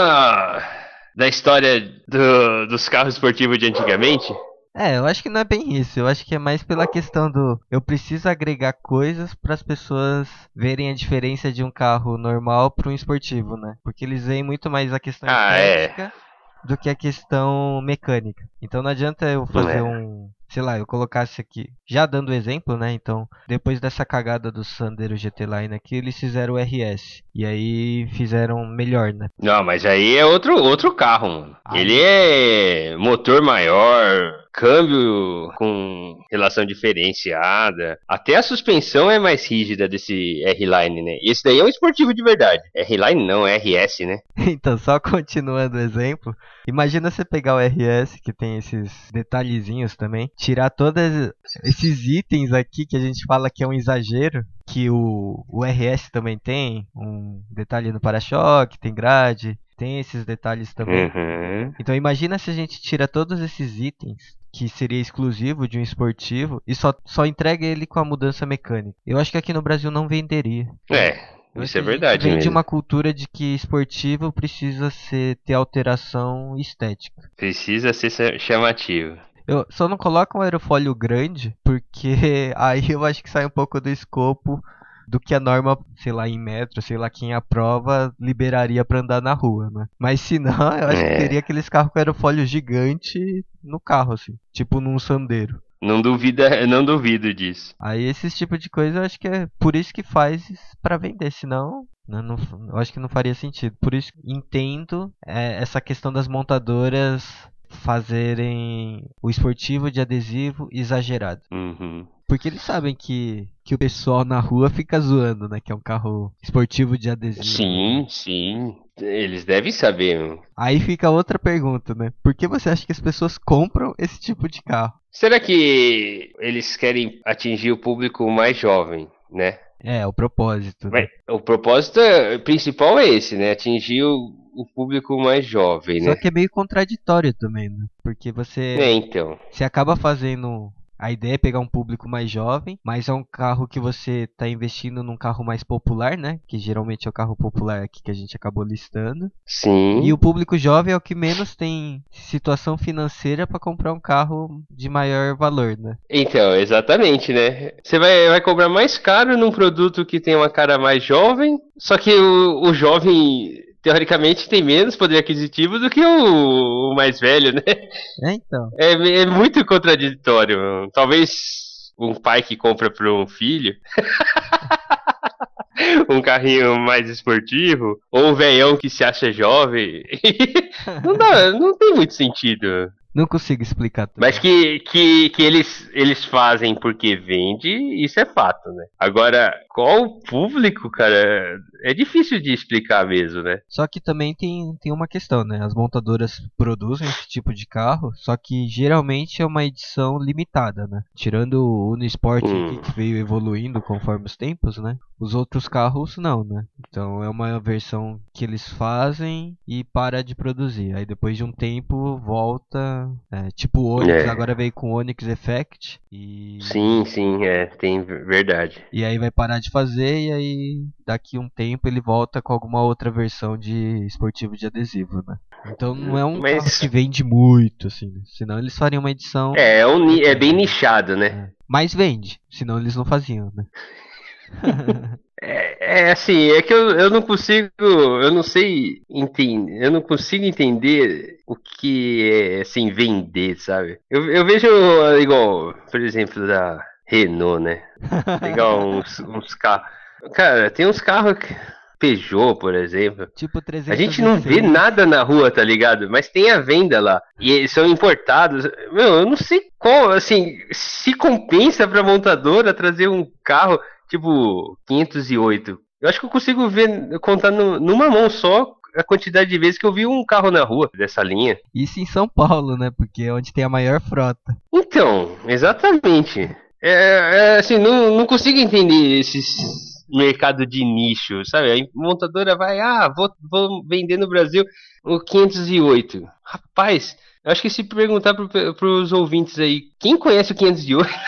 Speaker 1: da, da história do- dos carros esportivos de antigamente?
Speaker 2: É, eu acho que não é bem isso. Eu acho que é mais pela questão do eu preciso agregar coisas para as pessoas verem a diferença de um carro normal para um esportivo, né? Porque eles veem muito mais a questão
Speaker 1: Ah, é.
Speaker 2: estética do que a questão mecânica. Então não adianta eu fazer
Speaker 1: É.
Speaker 2: um, sei lá, eu colocasse aqui, já dando exemplo, né? Então, depois dessa cagada do Sandero G T Line aqui, eles fizeram o R S. E aí fizeram melhor, né?
Speaker 1: Não, mas aí é outro, outro carro, mano. Ele
Speaker 2: Aí,
Speaker 1: é motor maior, câmbio com relação diferenciada. Até a suspensão é mais rígida desse R-Line, né? Esse daí é um esportivo de verdade. R-Line não, é R S, né?
Speaker 2: então, só continuando o exemplo, imagina você pegar o R S, que tem esses detalhezinhos também, tirar todos esses itens aqui que a gente fala que é um exagero, que o, o R S também tem, um detalhe no para-choque, tem grade, tem esses detalhes também.
Speaker 1: Uhum.
Speaker 2: Então imagina se a gente tira todos esses itens, que seria exclusivo de um esportivo, e só, só entrega ele com a mudança mecânica. Eu acho que aqui no Brasil não venderia.
Speaker 1: É,
Speaker 2: Eu acho
Speaker 1: isso
Speaker 2: que
Speaker 1: é
Speaker 2: a gente
Speaker 1: verdade
Speaker 2: vem de
Speaker 1: mesmo.
Speaker 2: uma cultura de que esportivo precisa ser, ter alteração estética.
Speaker 1: Precisa ser cha- chamativo.
Speaker 2: Eu só não coloco um aerofólio grande, porque aí eu acho que sai um pouco do escopo do que a norma, sei lá, em metro, sei lá, quem aprova liberaria pra andar na rua, né? Mas se não, eu acho que teria
Speaker 1: É,
Speaker 2: aqueles carros com aerofólio gigante no carro, assim, tipo num Sandero.
Speaker 1: não duvida, não duvido disso.
Speaker 2: Aí esses tipos de coisa eu acho que é por isso que faz pra vender, senão não, não, eu acho que não faria sentido. Por isso que entendo é, essa questão das montadoras fazerem o esportivo de adesivo exagerado.
Speaker 1: Uhum.
Speaker 2: Porque eles sabem que, que o pessoal na rua fica zoando, né? Que é um carro esportivo de adesivo.
Speaker 1: Sim, sim. Eles devem saber, meu.
Speaker 2: Aí fica outra pergunta, né? Por que você acha que as pessoas compram esse tipo de carro?
Speaker 1: Será que eles querem atingir o público mais jovem, né?
Speaker 2: É, o propósito, né?
Speaker 1: Mas o propósito é- principal é esse, né? Atingir o, o público mais jovem,
Speaker 2: Só
Speaker 1: né?
Speaker 2: que é meio contraditório também, né? Porque
Speaker 1: É,
Speaker 2: você
Speaker 1: então.
Speaker 2: Você acaba fazendo. A ideia é pegar um público mais jovem, mas é um carro que você está investindo num carro mais popular, né? Que geralmente é o carro popular aqui que a gente acabou listando. E
Speaker 1: Sim.
Speaker 2: o público jovem é o que menos tem situação financeira para comprar um carro de maior valor, né?
Speaker 1: Então, exatamente, né? Você vai, vai cobrar mais caro num produto que tem uma cara mais jovem, só que o, o jovem, teoricamente, tem menos poder aquisitivo do que o, o mais velho, né?
Speaker 2: É, então.
Speaker 1: É, é muito contraditório, mano. Talvez um pai que compra para um filho um carrinho mais esportivo, ou um velhão que se acha jovem. Não dá, não tem muito sentido.
Speaker 2: Não consigo explicar
Speaker 1: Mas
Speaker 2: também.
Speaker 1: que, que, que eles, eles fazem porque vende, isso é fato, né? Agora, qual o público, cara? É difícil de explicar mesmo, né?
Speaker 2: Só que também tem, tem uma questão, né? As montadoras produzem esse tipo de carro, só que geralmente é uma edição limitada, né? Tirando o Uno Sport aqui
Speaker 1: Hum,
Speaker 2: que veio evoluindo conforme os tempos, né? Os outros carros não, né? Então é uma versão que eles fazem e para de produzir. Aí depois de um tempo volta, é, tipo o Onix,
Speaker 1: é.
Speaker 2: agora veio com o Onix Effect e
Speaker 1: Sim, sim, é, tem verdade.
Speaker 2: e aí vai parar de fazer e aí daqui um tempo ele volta com alguma outra versão de esportivo de adesivo, né? Então não é um carro
Speaker 1: Mas
Speaker 2: que vende muito, assim, né? Senão eles fariam uma edição
Speaker 1: é, é, um, ni- é bem
Speaker 2: limitada, né?
Speaker 1: nichado, né?
Speaker 2: É. Mas vende, senão eles não faziam, né?
Speaker 1: É, é assim, é que eu, eu não consigo, eu não sei entender, eu não consigo entender o que é assim vender, sabe? Eu, eu vejo igual, por exemplo, da Renault, né? Pegar uns, uns carros. Cara, tem uns carros que- Peugeot, por exemplo.
Speaker 2: Tipo
Speaker 1: A gente
Speaker 2: trezentos e
Speaker 1: não vê
Speaker 2: seis.
Speaker 1: nada na rua, tá ligado? Mas tem a venda lá. E eles são importados. Meu, eu não sei qual, assim, se compensa pra montadora trazer um carro tipo quinhentos e oito. Eu acho que eu consigo ver, contar no- numa mão só a quantidade de vezes que eu vi um carro na rua dessa linha.
Speaker 2: Isso em São Paulo, né? Porque é onde tem a maior frota.
Speaker 1: Então, exatamente. É, é, assim, não, não consigo entender esses mercado de nicho, sabe? A montadora vai, ah, vou, vou vender no Brasil o quinhentos e oito. Rapaz, eu acho que se perguntar para os ouvintes aí, quem conhece o quinhentos e oito,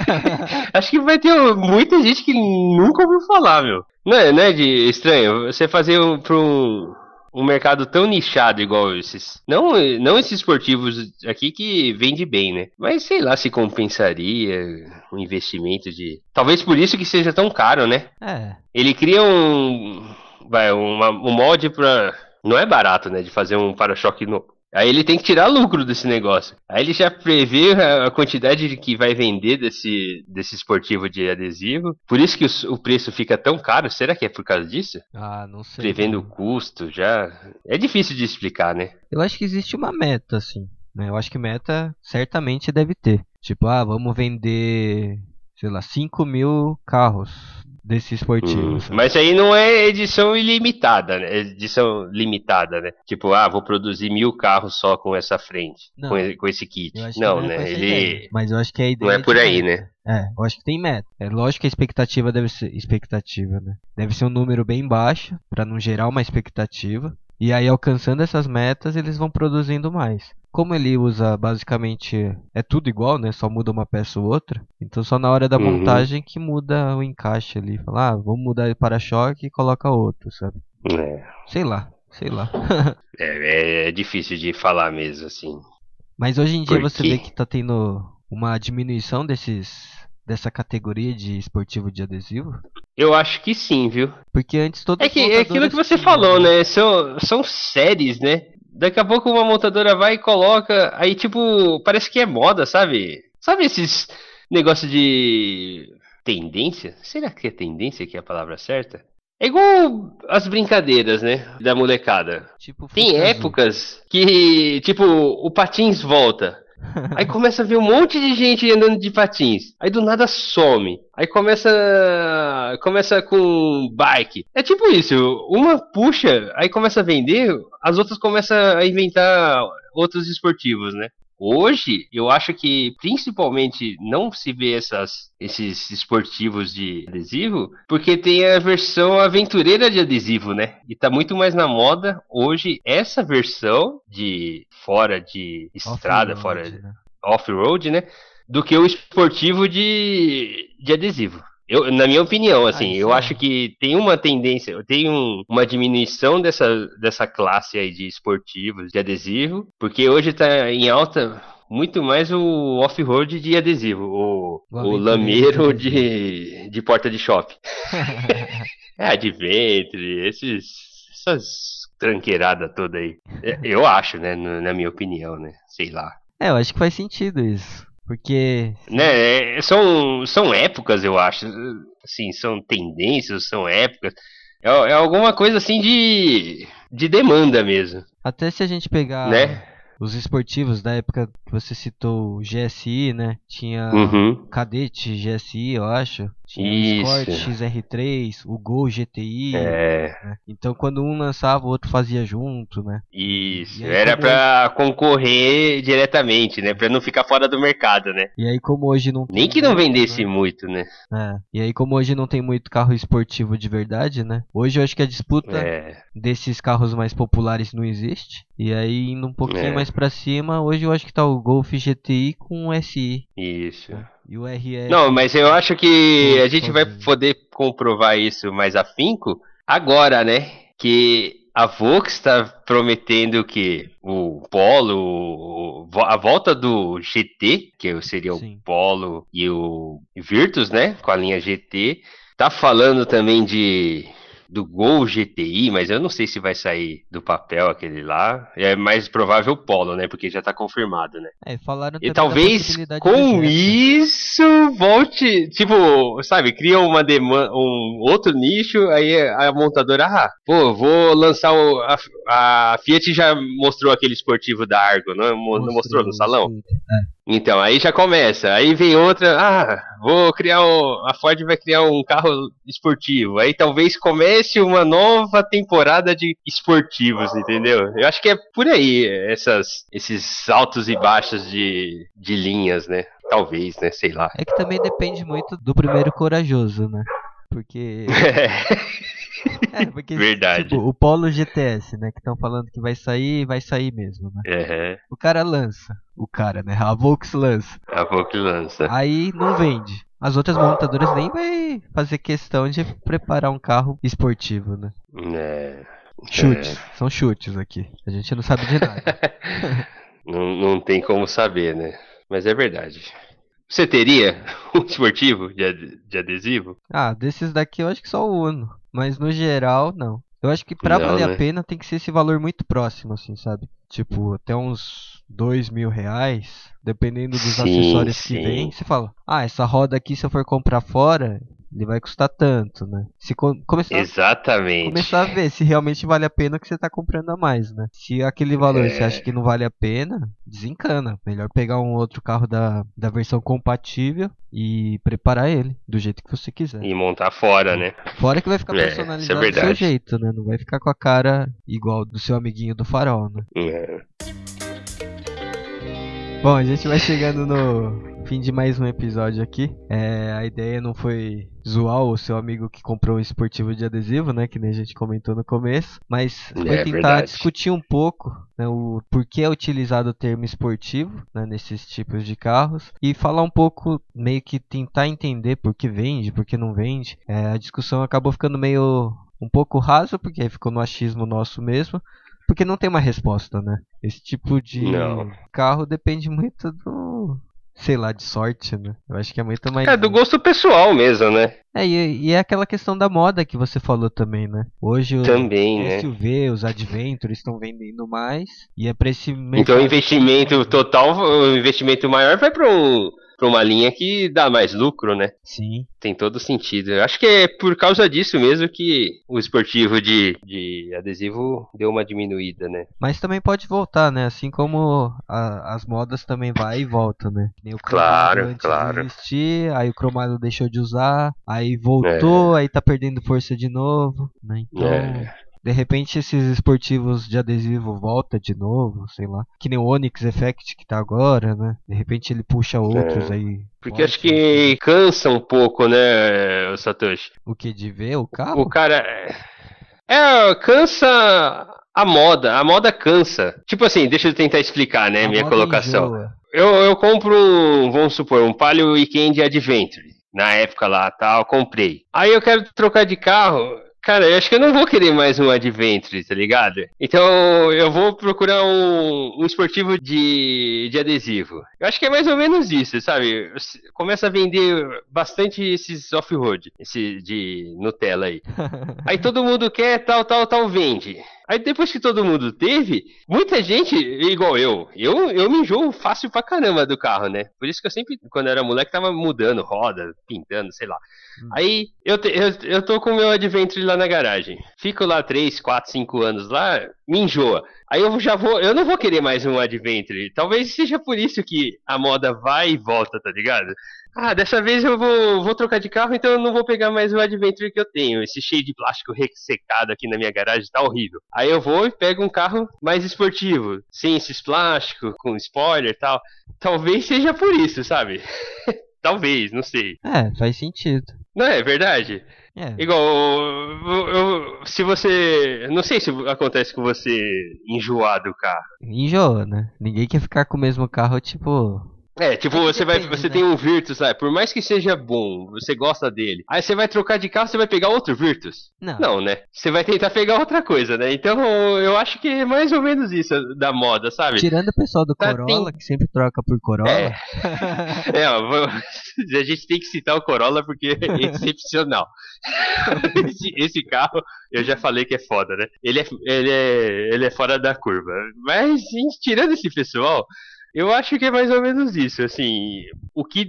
Speaker 1: acho que vai ter muita gente que nunca ouviu falar, meu. Não é, não é de estranho você fazer um, para um, um mercado tão nichado igual esses. Não, não esses esportivos aqui que vende bem, né? Mas sei lá se compensaria um investimento de. Talvez por isso que seja tão caro, né?
Speaker 2: É.
Speaker 1: Ele cria um. Vai, uma, um molde pra. Não é barato, né? De fazer um para-choque novo. Aí ele tem que tirar lucro desse negócio. Aí ele já prevê a quantidade de que vai vender desse, desse esportivo de adesivo. Por isso que o, o preço fica tão caro. Será que é por causa disso?
Speaker 2: Ah, não sei
Speaker 1: Prevendo o
Speaker 2: também.
Speaker 1: custo já. É difícil de explicar, né?
Speaker 2: Eu acho que existe uma meta, assim, né? Eu acho que meta certamente deve ter. Tipo, ah, vamos vender, sei lá, cinco mil carros desse esportivo,
Speaker 1: Uhum.
Speaker 2: sabe?
Speaker 1: Mas aí não é edição ilimitada, né? Edição limitada, né? Tipo, ah, vou produzir mil carros só com essa frente, com,
Speaker 2: Não,
Speaker 1: e- com esse kit.
Speaker 2: eu acho que
Speaker 1: Não,
Speaker 2: não é com
Speaker 1: né?
Speaker 2: essa ideia.
Speaker 1: Ele
Speaker 2: Mas eu acho que é a
Speaker 1: não é
Speaker 2: ideia de
Speaker 1: por aí, né?
Speaker 2: meta. É, eu acho que tem meta. É lógico que a expectativa deve ser expectativa, né? Deve ser um número bem baixo pra não gerar uma expectativa. E aí alcançando essas metas, eles vão produzindo mais. Como ele usa basicamente é tudo igual, né? Só muda uma peça ou outra. Então só na hora da
Speaker 1: Uhum.
Speaker 2: montagem que muda o encaixe ali. Fala, ah, vamos mudar o para-choque e coloca outro, sabe?
Speaker 1: É,
Speaker 2: Sei lá, sei lá.
Speaker 1: é, é difícil de falar mesmo, assim.
Speaker 2: Mas hoje em dia
Speaker 1: Por
Speaker 2: você
Speaker 1: quê?
Speaker 2: vê que tá tendo uma diminuição desses dessa categoria de esportivo de adesivo?
Speaker 1: Eu acho que sim, viu?
Speaker 2: Porque antes todas
Speaker 1: É
Speaker 2: as
Speaker 1: que é aquilo que
Speaker 2: montadoras
Speaker 1: você
Speaker 2: tinham,
Speaker 1: falou,
Speaker 2: né?
Speaker 1: né? São, são séries, né? Daqui a pouco uma montadora vai e coloca, aí tipo, parece que é moda, sabe? Sabe esses negócio de tendência? Será que é tendência que é a palavra certa? É igual as brincadeiras, né? Da molecada.
Speaker 2: Tipo
Speaker 1: Tem
Speaker 2: Fusca Azul.
Speaker 1: épocas que, tipo, o patins volta. Aí começa a ver um monte de gente andando de patins. Aí do nada some. Aí começa. Começa com bike. É tipo isso. Uma puxa, aí começa a vender, as outras começam a inventar outros esportivos, né? Hoje, eu acho que principalmente não se vê essas, esses esportivos de adesivo, porque tem a versão aventureira de adesivo, né? E tá muito mais na moda hoje essa versão de fora de estrada, fora
Speaker 2: Off-road, né?
Speaker 1: off-road, né? Do que o esportivo de, de adesivo. Eu, na minha opinião,
Speaker 2: Ah,
Speaker 1: assim,
Speaker 2: isso
Speaker 1: eu
Speaker 2: é.
Speaker 1: acho que tem uma tendência, tem um, uma diminuição dessa, dessa classe aí de esportivos, de adesivo, porque hoje tá em alta muito mais o off-road de adesivo, o,
Speaker 2: O
Speaker 1: o
Speaker 2: aventureiro de
Speaker 1: lameiro
Speaker 2: adesivo.
Speaker 1: de, de porta de shopping. É, Adventure, esses, essas tranqueiradas toda aí. É, eu acho, né, no- na minha opinião, né, sei lá.
Speaker 2: É, eu acho que faz sentido isso. Porque se a gente.
Speaker 1: Né, é, são, são épocas, eu acho. Assim, são tendências, são épocas. É, é alguma coisa assim de, de demanda mesmo,
Speaker 2: Até se a gente pegar
Speaker 1: né?
Speaker 2: os esportivos da época que você citou, o G S I, né? Tinha o
Speaker 1: Uhum.
Speaker 2: Cadete G S I, eu acho. Tinha o
Speaker 1: Isso.
Speaker 2: Escort X R três, o Gol G T I,
Speaker 1: É,
Speaker 2: né? Então quando um lançava, o outro fazia junto, né? E, e
Speaker 1: isso.
Speaker 2: aí
Speaker 1: Era
Speaker 2: como hoje,
Speaker 1: pra concorrer diretamente, né? Pra não ficar fora do mercado, né?
Speaker 2: e aí como hoje não tem
Speaker 1: Nem que não
Speaker 2: muito,
Speaker 1: vendesse
Speaker 2: né?
Speaker 1: muito, né?
Speaker 2: É. E aí como hoje não tem muito carro esportivo de verdade, né? Hoje eu acho que a disputa
Speaker 1: É,
Speaker 2: desses carros mais populares não existe. E aí indo um pouquinho
Speaker 1: é,
Speaker 2: mais pra cima, hoje eu acho que tá o Golf G T I com o S I,
Speaker 1: isso.
Speaker 2: né? E o
Speaker 1: Não,
Speaker 2: R S
Speaker 1: mas eu acho que a
Speaker 2: Golf
Speaker 1: gente vai
Speaker 2: sozinho.
Speaker 1: poder comprovar isso mais afinco agora, né? Que a Vox está prometendo que o Polo, o- a volta do G T, que seria o
Speaker 2: Sim.
Speaker 1: Polo e o Virtus, né? Com a linha G T, Tá falando também de do Gol G T I, mas eu não sei se vai sair do papel aquele lá. É mais provável o Polo, né? Porque já tá confirmado, né?
Speaker 2: É, falaram
Speaker 1: E
Speaker 2: também da
Speaker 1: talvez
Speaker 2: possibilidade do
Speaker 1: com
Speaker 2: Jetta.
Speaker 1: isso volte, tipo, sabe, cria uma demanda, um outro nicho, aí a montadora, ah, pô, vou lançar o, a, a Fiat já mostrou aquele esportivo da Argo, não, não mostrou no salão?
Speaker 2: É.
Speaker 1: Então, aí já começa, aí vem outra, ah, vou criar um, a Ford vai criar um carro esportivo, aí talvez comece uma nova temporada de esportivos, entendeu? Eu acho que é por aí, essas, esses altos e baixos de, de linhas, né? Talvez, né? Sei lá.
Speaker 2: É que também depende muito do primeiro corajoso, né? Porque. É, porque,
Speaker 1: Verdade.
Speaker 2: tipo, o Polo G T S, né? Que estão falando que vai sair, vai sair mesmo, né?
Speaker 1: Uhum.
Speaker 2: O cara lança. O cara, né? A Volks lança.
Speaker 1: A Volks lança.
Speaker 2: Aí não vende. As outras montadoras nem vai fazer questão de preparar um carro esportivo, né?
Speaker 1: É.
Speaker 2: Chutes.
Speaker 1: É.
Speaker 2: São chutes aqui. A gente não sabe de nada.
Speaker 1: não, não tem como saber, né? Mas é verdade. Você teria um esportivo de, ad de adesivo?
Speaker 2: Ah, desses daqui eu acho que só o Uno. Mas no geral, não. Eu acho que pra
Speaker 1: Não,
Speaker 2: valer
Speaker 1: né?
Speaker 2: a pena tem que ser esse valor muito próximo, assim, sabe? Tipo, até uns dois mil reais, dependendo dos
Speaker 1: Sim,
Speaker 2: acessórios que
Speaker 1: sim.
Speaker 2: vem. Você fala, ah, essa roda aqui se eu for comprar fora, ele vai custar tanto, né? Se co começar,
Speaker 1: Exatamente.
Speaker 2: começar a ver se realmente vale a pena o que você tá comprando a mais, né? Se aquele valor
Speaker 1: É.
Speaker 2: você acha que não vale a pena, desencana. Melhor pegar um outro carro da, da versão compatível e preparar ele do jeito que você quiser.
Speaker 1: E montar fora, né?
Speaker 2: Fora que vai ficar
Speaker 1: É,
Speaker 2: personalizado
Speaker 1: isso é
Speaker 2: do seu
Speaker 1: verdade.
Speaker 2: jeito, né? Não vai ficar com a cara igual do seu amiguinho do farol, né?
Speaker 1: É.
Speaker 2: Bom, a gente vai chegando no fim de mais um episódio aqui. É, a ideia não foi zoar o seu amigo que comprou um esportivo de adesivo, né? Que nem a gente comentou no começo. Mas foi
Speaker 1: É
Speaker 2: tentar
Speaker 1: verdade.
Speaker 2: discutir um pouco, né, o porquê é utilizado o termo esportivo, né, nesses tipos de carros. E falar um pouco, meio que tentar entender por que vende, por que não vende. É, a discussão acabou ficando meio um pouco rasa, porque aí ficou no achismo nosso mesmo. Porque não tem uma resposta, né? Esse tipo de
Speaker 1: Não.
Speaker 2: carro depende muito do, sei lá, de sorte, né? Eu acho que é muito mais...
Speaker 1: É do gosto pessoal mesmo, né?
Speaker 2: É, e, e é aquela questão da moda que você falou também, né? Hoje os
Speaker 1: Também, né?
Speaker 2: S U V, os Adventures estão vendendo mais e é pra esse
Speaker 1: Então o
Speaker 2: mercado...
Speaker 1: investimento total, o investimento maior vai para um, para uma linha que dá mais lucro, né?
Speaker 2: Sim.
Speaker 1: Tem todo sentido. Eu acho que é por causa disso mesmo que o esportivo de, de adesivo deu uma diminuída, né?
Speaker 2: Mas também pode voltar, né? Assim como a- as modas também vai e volta, né? Que nem o cromado
Speaker 1: Claro,
Speaker 2: antes
Speaker 1: claro.
Speaker 2: existia, aí o cromado deixou de usar, aí voltou, aí tá perdendo força de novo, né? Então,
Speaker 1: É.
Speaker 2: de repente esses esportivos de adesivo volta de novo, sei lá. Que nem o Onyx Effect que tá agora, né? De repente ele puxa outros
Speaker 1: É.
Speaker 2: aí.
Speaker 1: Porque
Speaker 2: Pode
Speaker 1: acho
Speaker 2: ser.
Speaker 1: que cansa um pouco, né, o Satoshi?
Speaker 2: O que, de ver o carro?
Speaker 1: O cara. É, cansa a moda. A moda cansa. Tipo assim, deixa eu tentar explicar, né,
Speaker 2: A
Speaker 1: minha
Speaker 2: moda
Speaker 1: colocação.
Speaker 2: enjoa.
Speaker 1: Eu, eu compro um, vamos supor, um Palio Weekend Adventure. Na época lá, tal, comprei. Aí eu quero trocar de carro. Cara, eu acho que eu não vou querer mais um Adventure, tá ligado? Então eu vou procurar um, um esportivo de, de adesivo. Eu acho que é mais ou menos isso, sabe? Começa a vender bastante esses off-road, esse de Nutella aí. Aí todo mundo quer, tal, tal, tal, vende. Aí depois que todo mundo teve, muita gente, igual eu, eu, eu me enjoo fácil pra caramba do carro, né? Por isso que eu sempre, quando eu era moleque, tava mudando roda, pintando, sei lá. Aí eu, te, eu, eu tô com o meu Adventure lá na garagem. Fico lá três, quatro, cinco anos lá, me enjoa. Aí eu já vou, eu não vou querer mais um Adventure. Talvez seja por isso que a moda vai e volta, tá ligado? Ah, dessa vez eu vou, vou trocar de carro, então eu não vou pegar mais o Adventure que eu tenho. Esse cheio de plástico ressecado aqui na minha garagem tá horrível. Aí eu vou e pego um carro mais esportivo, sem esses plásticos, com spoiler e tal. Talvez seja por isso, sabe? Talvez, não sei.
Speaker 2: É, faz sentido.
Speaker 1: Não é verdade?
Speaker 2: É.
Speaker 1: Igual, eu, eu, se você. Não sei se acontece com você enjoar do carro.
Speaker 2: Enjoa, né? Ninguém quer ficar com o mesmo carro, tipo...
Speaker 1: É, tipo,
Speaker 2: É que
Speaker 1: você vai,
Speaker 2: depende,
Speaker 1: você
Speaker 2: né?
Speaker 1: tem um Virtus, sabe? Por mais que seja bom, você gosta dele. Aí você vai trocar de carro, você vai pegar outro Virtus?
Speaker 2: Não.
Speaker 1: Não, né? Você vai tentar pegar outra coisa, né? Então, eu acho que é mais ou menos isso da moda, sabe?
Speaker 2: Tirando o pessoal do
Speaker 1: Tá,
Speaker 2: Corolla,
Speaker 1: tem...
Speaker 2: que sempre troca por
Speaker 1: É.
Speaker 2: Corolla.
Speaker 1: É, ó, vou- a gente tem que citar o Corolla porque é excepcional. Esse, esse carro, eu já falei que é foda, né? Ele é, ele é, ele é fora da curva. Mas, em- tirando esse pessoal, eu acho que é mais ou menos isso. Assim, o que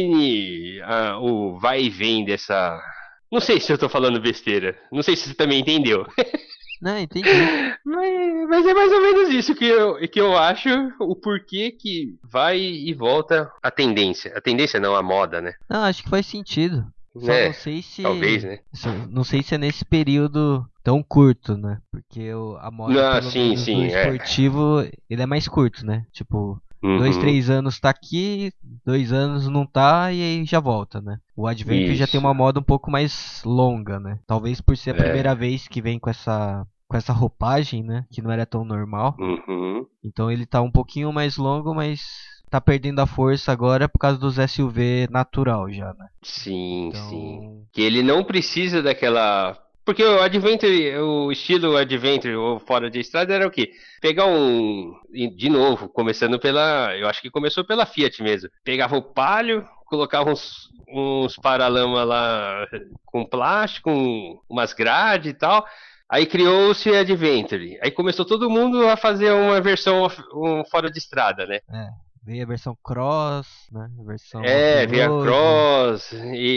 Speaker 1: define ah, o vai e vem dessa. Não sei se eu tô falando besteira. Não sei se você também entendeu.
Speaker 2: Não, entendi.
Speaker 1: Mas, mas é mais ou menos isso que eu, que eu acho, o porquê que vai e volta a tendência. A tendência não, a moda, né?
Speaker 2: Não, acho que faz sentido. Só
Speaker 1: É,
Speaker 2: não sei se.
Speaker 1: talvez, né?
Speaker 2: só não sei se é nesse período tão curto, né? Porque o- a moda,
Speaker 1: Não,
Speaker 2: pelo
Speaker 1: sim,
Speaker 2: menos
Speaker 1: sim,
Speaker 2: no
Speaker 1: é.
Speaker 2: esportivo, ele é mais curto, né? Tipo, dois,
Speaker 1: Uhum.
Speaker 2: três anos tá aqui, dois anos não tá e aí já volta, né? O Adventure já tem
Speaker 1: Isso.
Speaker 2: uma moda um pouco mais longa, né? Talvez por ser a
Speaker 1: É.
Speaker 2: primeira vez que vem com essa, com essa roupagem, né? Que não era tão normal.
Speaker 1: Uhum.
Speaker 2: Então ele tá um pouquinho mais longo, mas tá perdendo a força agora por causa dos S U V natural já, né?
Speaker 1: Sim,
Speaker 2: Então,
Speaker 1: sim. Que ele não precisa daquela. Porque o Adventure, o estilo Adventure ou fora de estrada era o quê? Pegar um. e, De novo, começando pela. Eu acho que começou pela Fiat mesmo. Pegava o Palio, colocava uns, uns paralama lá com plástico, um- umas grades e tal. Aí criou-se Adventure. Aí começou todo mundo a fazer uma versão off- um fora de estrada, né?
Speaker 2: é, veio a versão Cross, né? A versão
Speaker 1: É, vem a
Speaker 2: off-road.
Speaker 1: Cross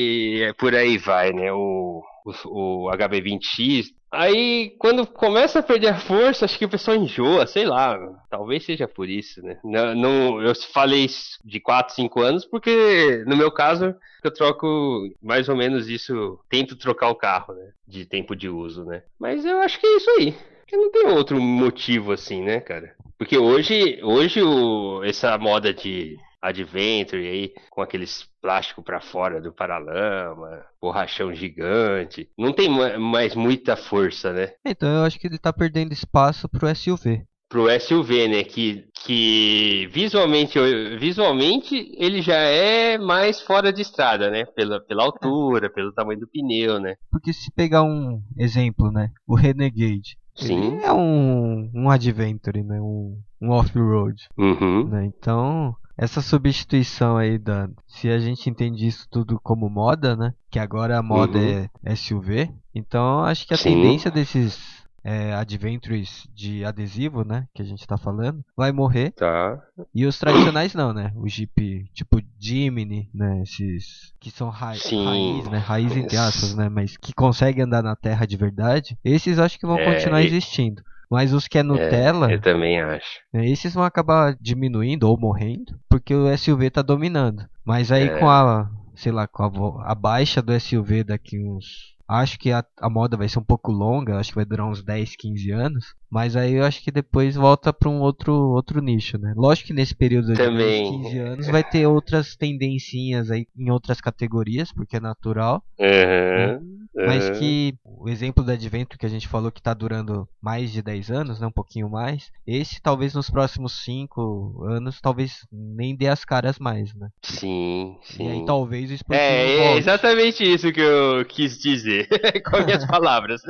Speaker 1: e é por aí vai, né? O, o, o H B vinte X. Aí, quando começa a perder a força, acho que o pessoal enjoa, sei lá. Talvez seja por isso, né? Não, não- eu falei isso de quatro, cinco anos porque, no meu caso, eu troco mais ou menos isso. Tento trocar o carro, né? De tempo de uso, né? Mas eu acho que é isso aí. Porque não tem outro motivo assim, né, cara? Porque hoje, hoje o, essa moda de Adventure aí, com aqueles plásticos pra fora do paralama, borrachão gigante, não tem ma- mais muita força, né?
Speaker 2: Então eu acho que ele tá perdendo espaço pro S U V.
Speaker 1: Pro S U V, né? Que, que visualmente, visualmente ele já é mais fora de estrada, né? Pela, pela altura, pelo tamanho do pneu, né?
Speaker 2: Porque se pegar um exemplo, né? O Renegade. Ele
Speaker 1: Sim.
Speaker 2: é um, um Adventure, né? Um, um off-road.
Speaker 1: Uhum.
Speaker 2: Né? Então, essa substituição aí da. Se a gente entende isso tudo como moda, né? Que agora a moda
Speaker 1: Uhum.
Speaker 2: é S U V. Então, acho que a
Speaker 1: Sim.
Speaker 2: tendência desses é, Adventures de adesivo, né? Que a gente tá falando, vai morrer.
Speaker 1: Tá.
Speaker 2: E os tradicionais não, né? O Jeep tipo Jimny, né? Esses que são ra
Speaker 1: Sim.
Speaker 2: raiz, né? Raiz entre aspas, né? Mas que conseguem andar na terra de verdade. Esses acho que vão
Speaker 1: É,
Speaker 2: continuar
Speaker 1: e-
Speaker 2: existindo. Mas os que é
Speaker 1: É,
Speaker 2: Nutella,
Speaker 1: eu também acho.
Speaker 2: né, esses vão acabar diminuindo ou morrendo, porque o S U V tá dominando. Mas aí
Speaker 1: É.
Speaker 2: com a, sei lá, com a, vo- a baixa do S U V daqui uns. Acho que a, a moda vai ser um pouco longa, acho que vai durar uns dez, quinze anos. Mas aí eu acho que depois volta para um outro, outro nicho, né? Lógico que nesse período de
Speaker 1: Também.
Speaker 2: dez, quinze anos vai ter outras tendencinhas aí em outras categorias, porque é natural.
Speaker 1: Uhum.
Speaker 2: Mas
Speaker 1: uhum.
Speaker 2: que o exemplo do Adventure que a gente falou que está durando mais de dez anos, né, um pouquinho mais, esse talvez nos próximos cinco anos talvez nem dê as caras mais, né?
Speaker 1: Sim,
Speaker 2: E aí
Speaker 1: sim.
Speaker 2: talvez o esportivo
Speaker 1: É, é
Speaker 2: volte.
Speaker 1: exatamente isso que eu quis dizer, com minhas palavras.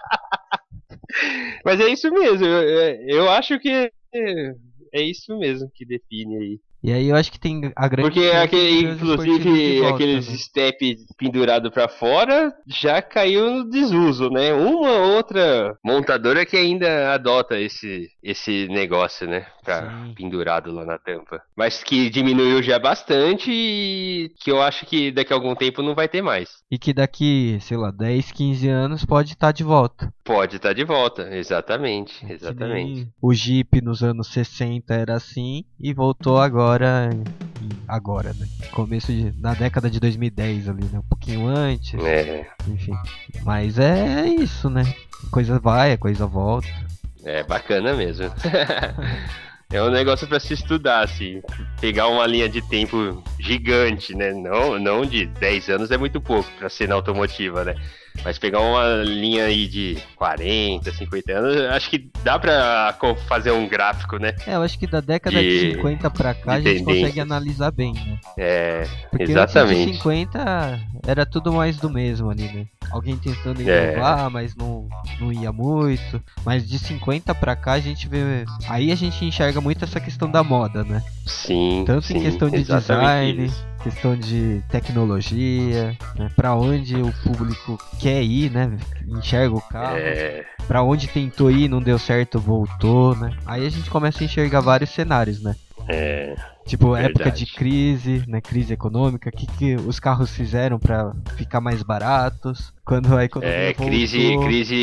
Speaker 1: Mas é isso mesmo, eu, eu acho que é, é isso mesmo que define aí.
Speaker 2: E aí eu acho que tem a grande
Speaker 1: Porque
Speaker 2: chance de
Speaker 1: aquele,
Speaker 2: ver os esportivos de
Speaker 1: inclusive,
Speaker 2: volta,
Speaker 1: aqueles
Speaker 2: né?
Speaker 1: step pendurado pra fora já caiu no desuso, né? Uma outra montadora que ainda adota esse, esse negócio, né? Pra
Speaker 2: Sim.
Speaker 1: pendurado lá na tampa. Mas que diminuiu já bastante e que eu acho que daqui a algum tempo não vai ter mais.
Speaker 2: E que daqui, sei lá, dez, quinze anos pode estar de volta.
Speaker 1: Pode estar de volta, exatamente,
Speaker 2: Que
Speaker 1: exatamente.
Speaker 2: nem o Jeep nos anos sessenta era assim e voltou agora, em- agora, né? Começo de, na década de dois mil e dez ali, né? Um pouquinho antes,
Speaker 1: É,
Speaker 2: enfim. Mas é isso, né? Coisa vai, a coisa volta.
Speaker 1: é bacana mesmo. É um negócio pra se estudar, assim. Pegar uma linha de tempo gigante, né? Não, não de dez anos é muito pouco pra ser na automotiva, né? Mas pegar uma linha aí de quarenta, cinquenta anos, acho que dá pra fazer um gráfico, né?
Speaker 2: É, eu acho que da década de, de cinquenta pra cá a gente tendências. consegue analisar bem, né?
Speaker 1: É,
Speaker 2: Porque
Speaker 1: exatamente.
Speaker 2: Antes de cinquenta era tudo mais do mesmo ali, né? Alguém tentando inovar, é. mas não, não ia muito. Mas de cinquenta pra cá a gente vê... Aí a gente enxerga muito essa questão da moda, né?
Speaker 1: Sim,
Speaker 2: Tanto
Speaker 1: sim,
Speaker 2: em questão de design,
Speaker 1: isso.
Speaker 2: questão de tecnologia, né? Pra onde o público quer ir, né? Enxerga o carro.
Speaker 1: É.
Speaker 2: Pra onde tentou ir, não deu certo, voltou, né? Aí a gente começa a enxergar vários cenários, né?
Speaker 1: É.
Speaker 2: Tipo,
Speaker 1: verdade.
Speaker 2: época de crise, né? Crise econômica, o que, que os carros fizeram pra ficar mais baratos? Quando a economia
Speaker 1: É,
Speaker 2: voltou...
Speaker 1: crise,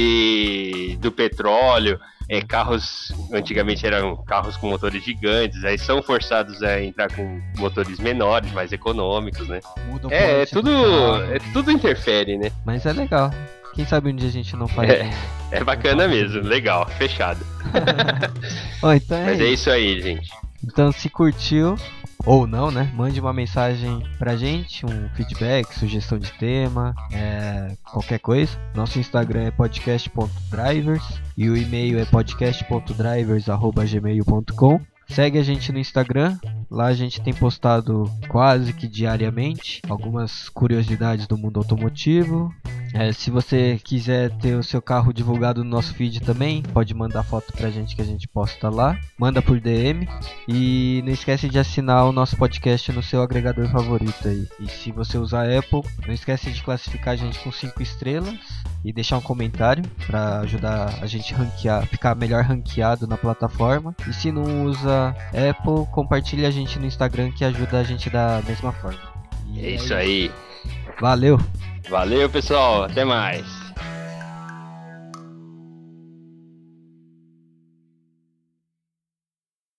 Speaker 1: crise do petróleo. É, carros, antigamente eram carros com motores gigantes, aí são forçados a entrar com motores menores, mais econômicos, né?
Speaker 2: Muda o
Speaker 1: É, é tudo, é, tudo interfere, né?
Speaker 2: Mas é legal. Quem sabe um dia a gente não faz.
Speaker 1: É, é bacana mesmo, legal, fechado.
Speaker 2: oh, então é
Speaker 1: Mas
Speaker 2: isso.
Speaker 1: é isso aí, gente.
Speaker 2: Então, se curtiu, ou não, né? Mande uma mensagem pra gente, um feedback, sugestão de tema, é, qualquer coisa. Nosso Instagram é podcast ponto drivers e o e-mail é podcast ponto drivers arroba gmail ponto com. Segue a gente no Instagram, lá a gente tem postado quase que diariamente algumas curiosidades do mundo automotivo. É, se você quiser ter o seu carro divulgado no nosso feed também, pode mandar foto pra gente que a gente posta lá. Manda por D M e não esquece de assinar o nosso podcast no seu agregador favorito aí. E se você usar Apple, não esquece de classificar a gente com cinco estrelas e deixar um comentário para ajudar a gente ranquear, ficar melhor ranqueado na plataforma. E se não usa Apple, compartilha a gente no Instagram que ajuda a gente da mesma forma.
Speaker 1: E é isso aí.
Speaker 2: Valeu!
Speaker 1: Valeu, pessoal. Até mais.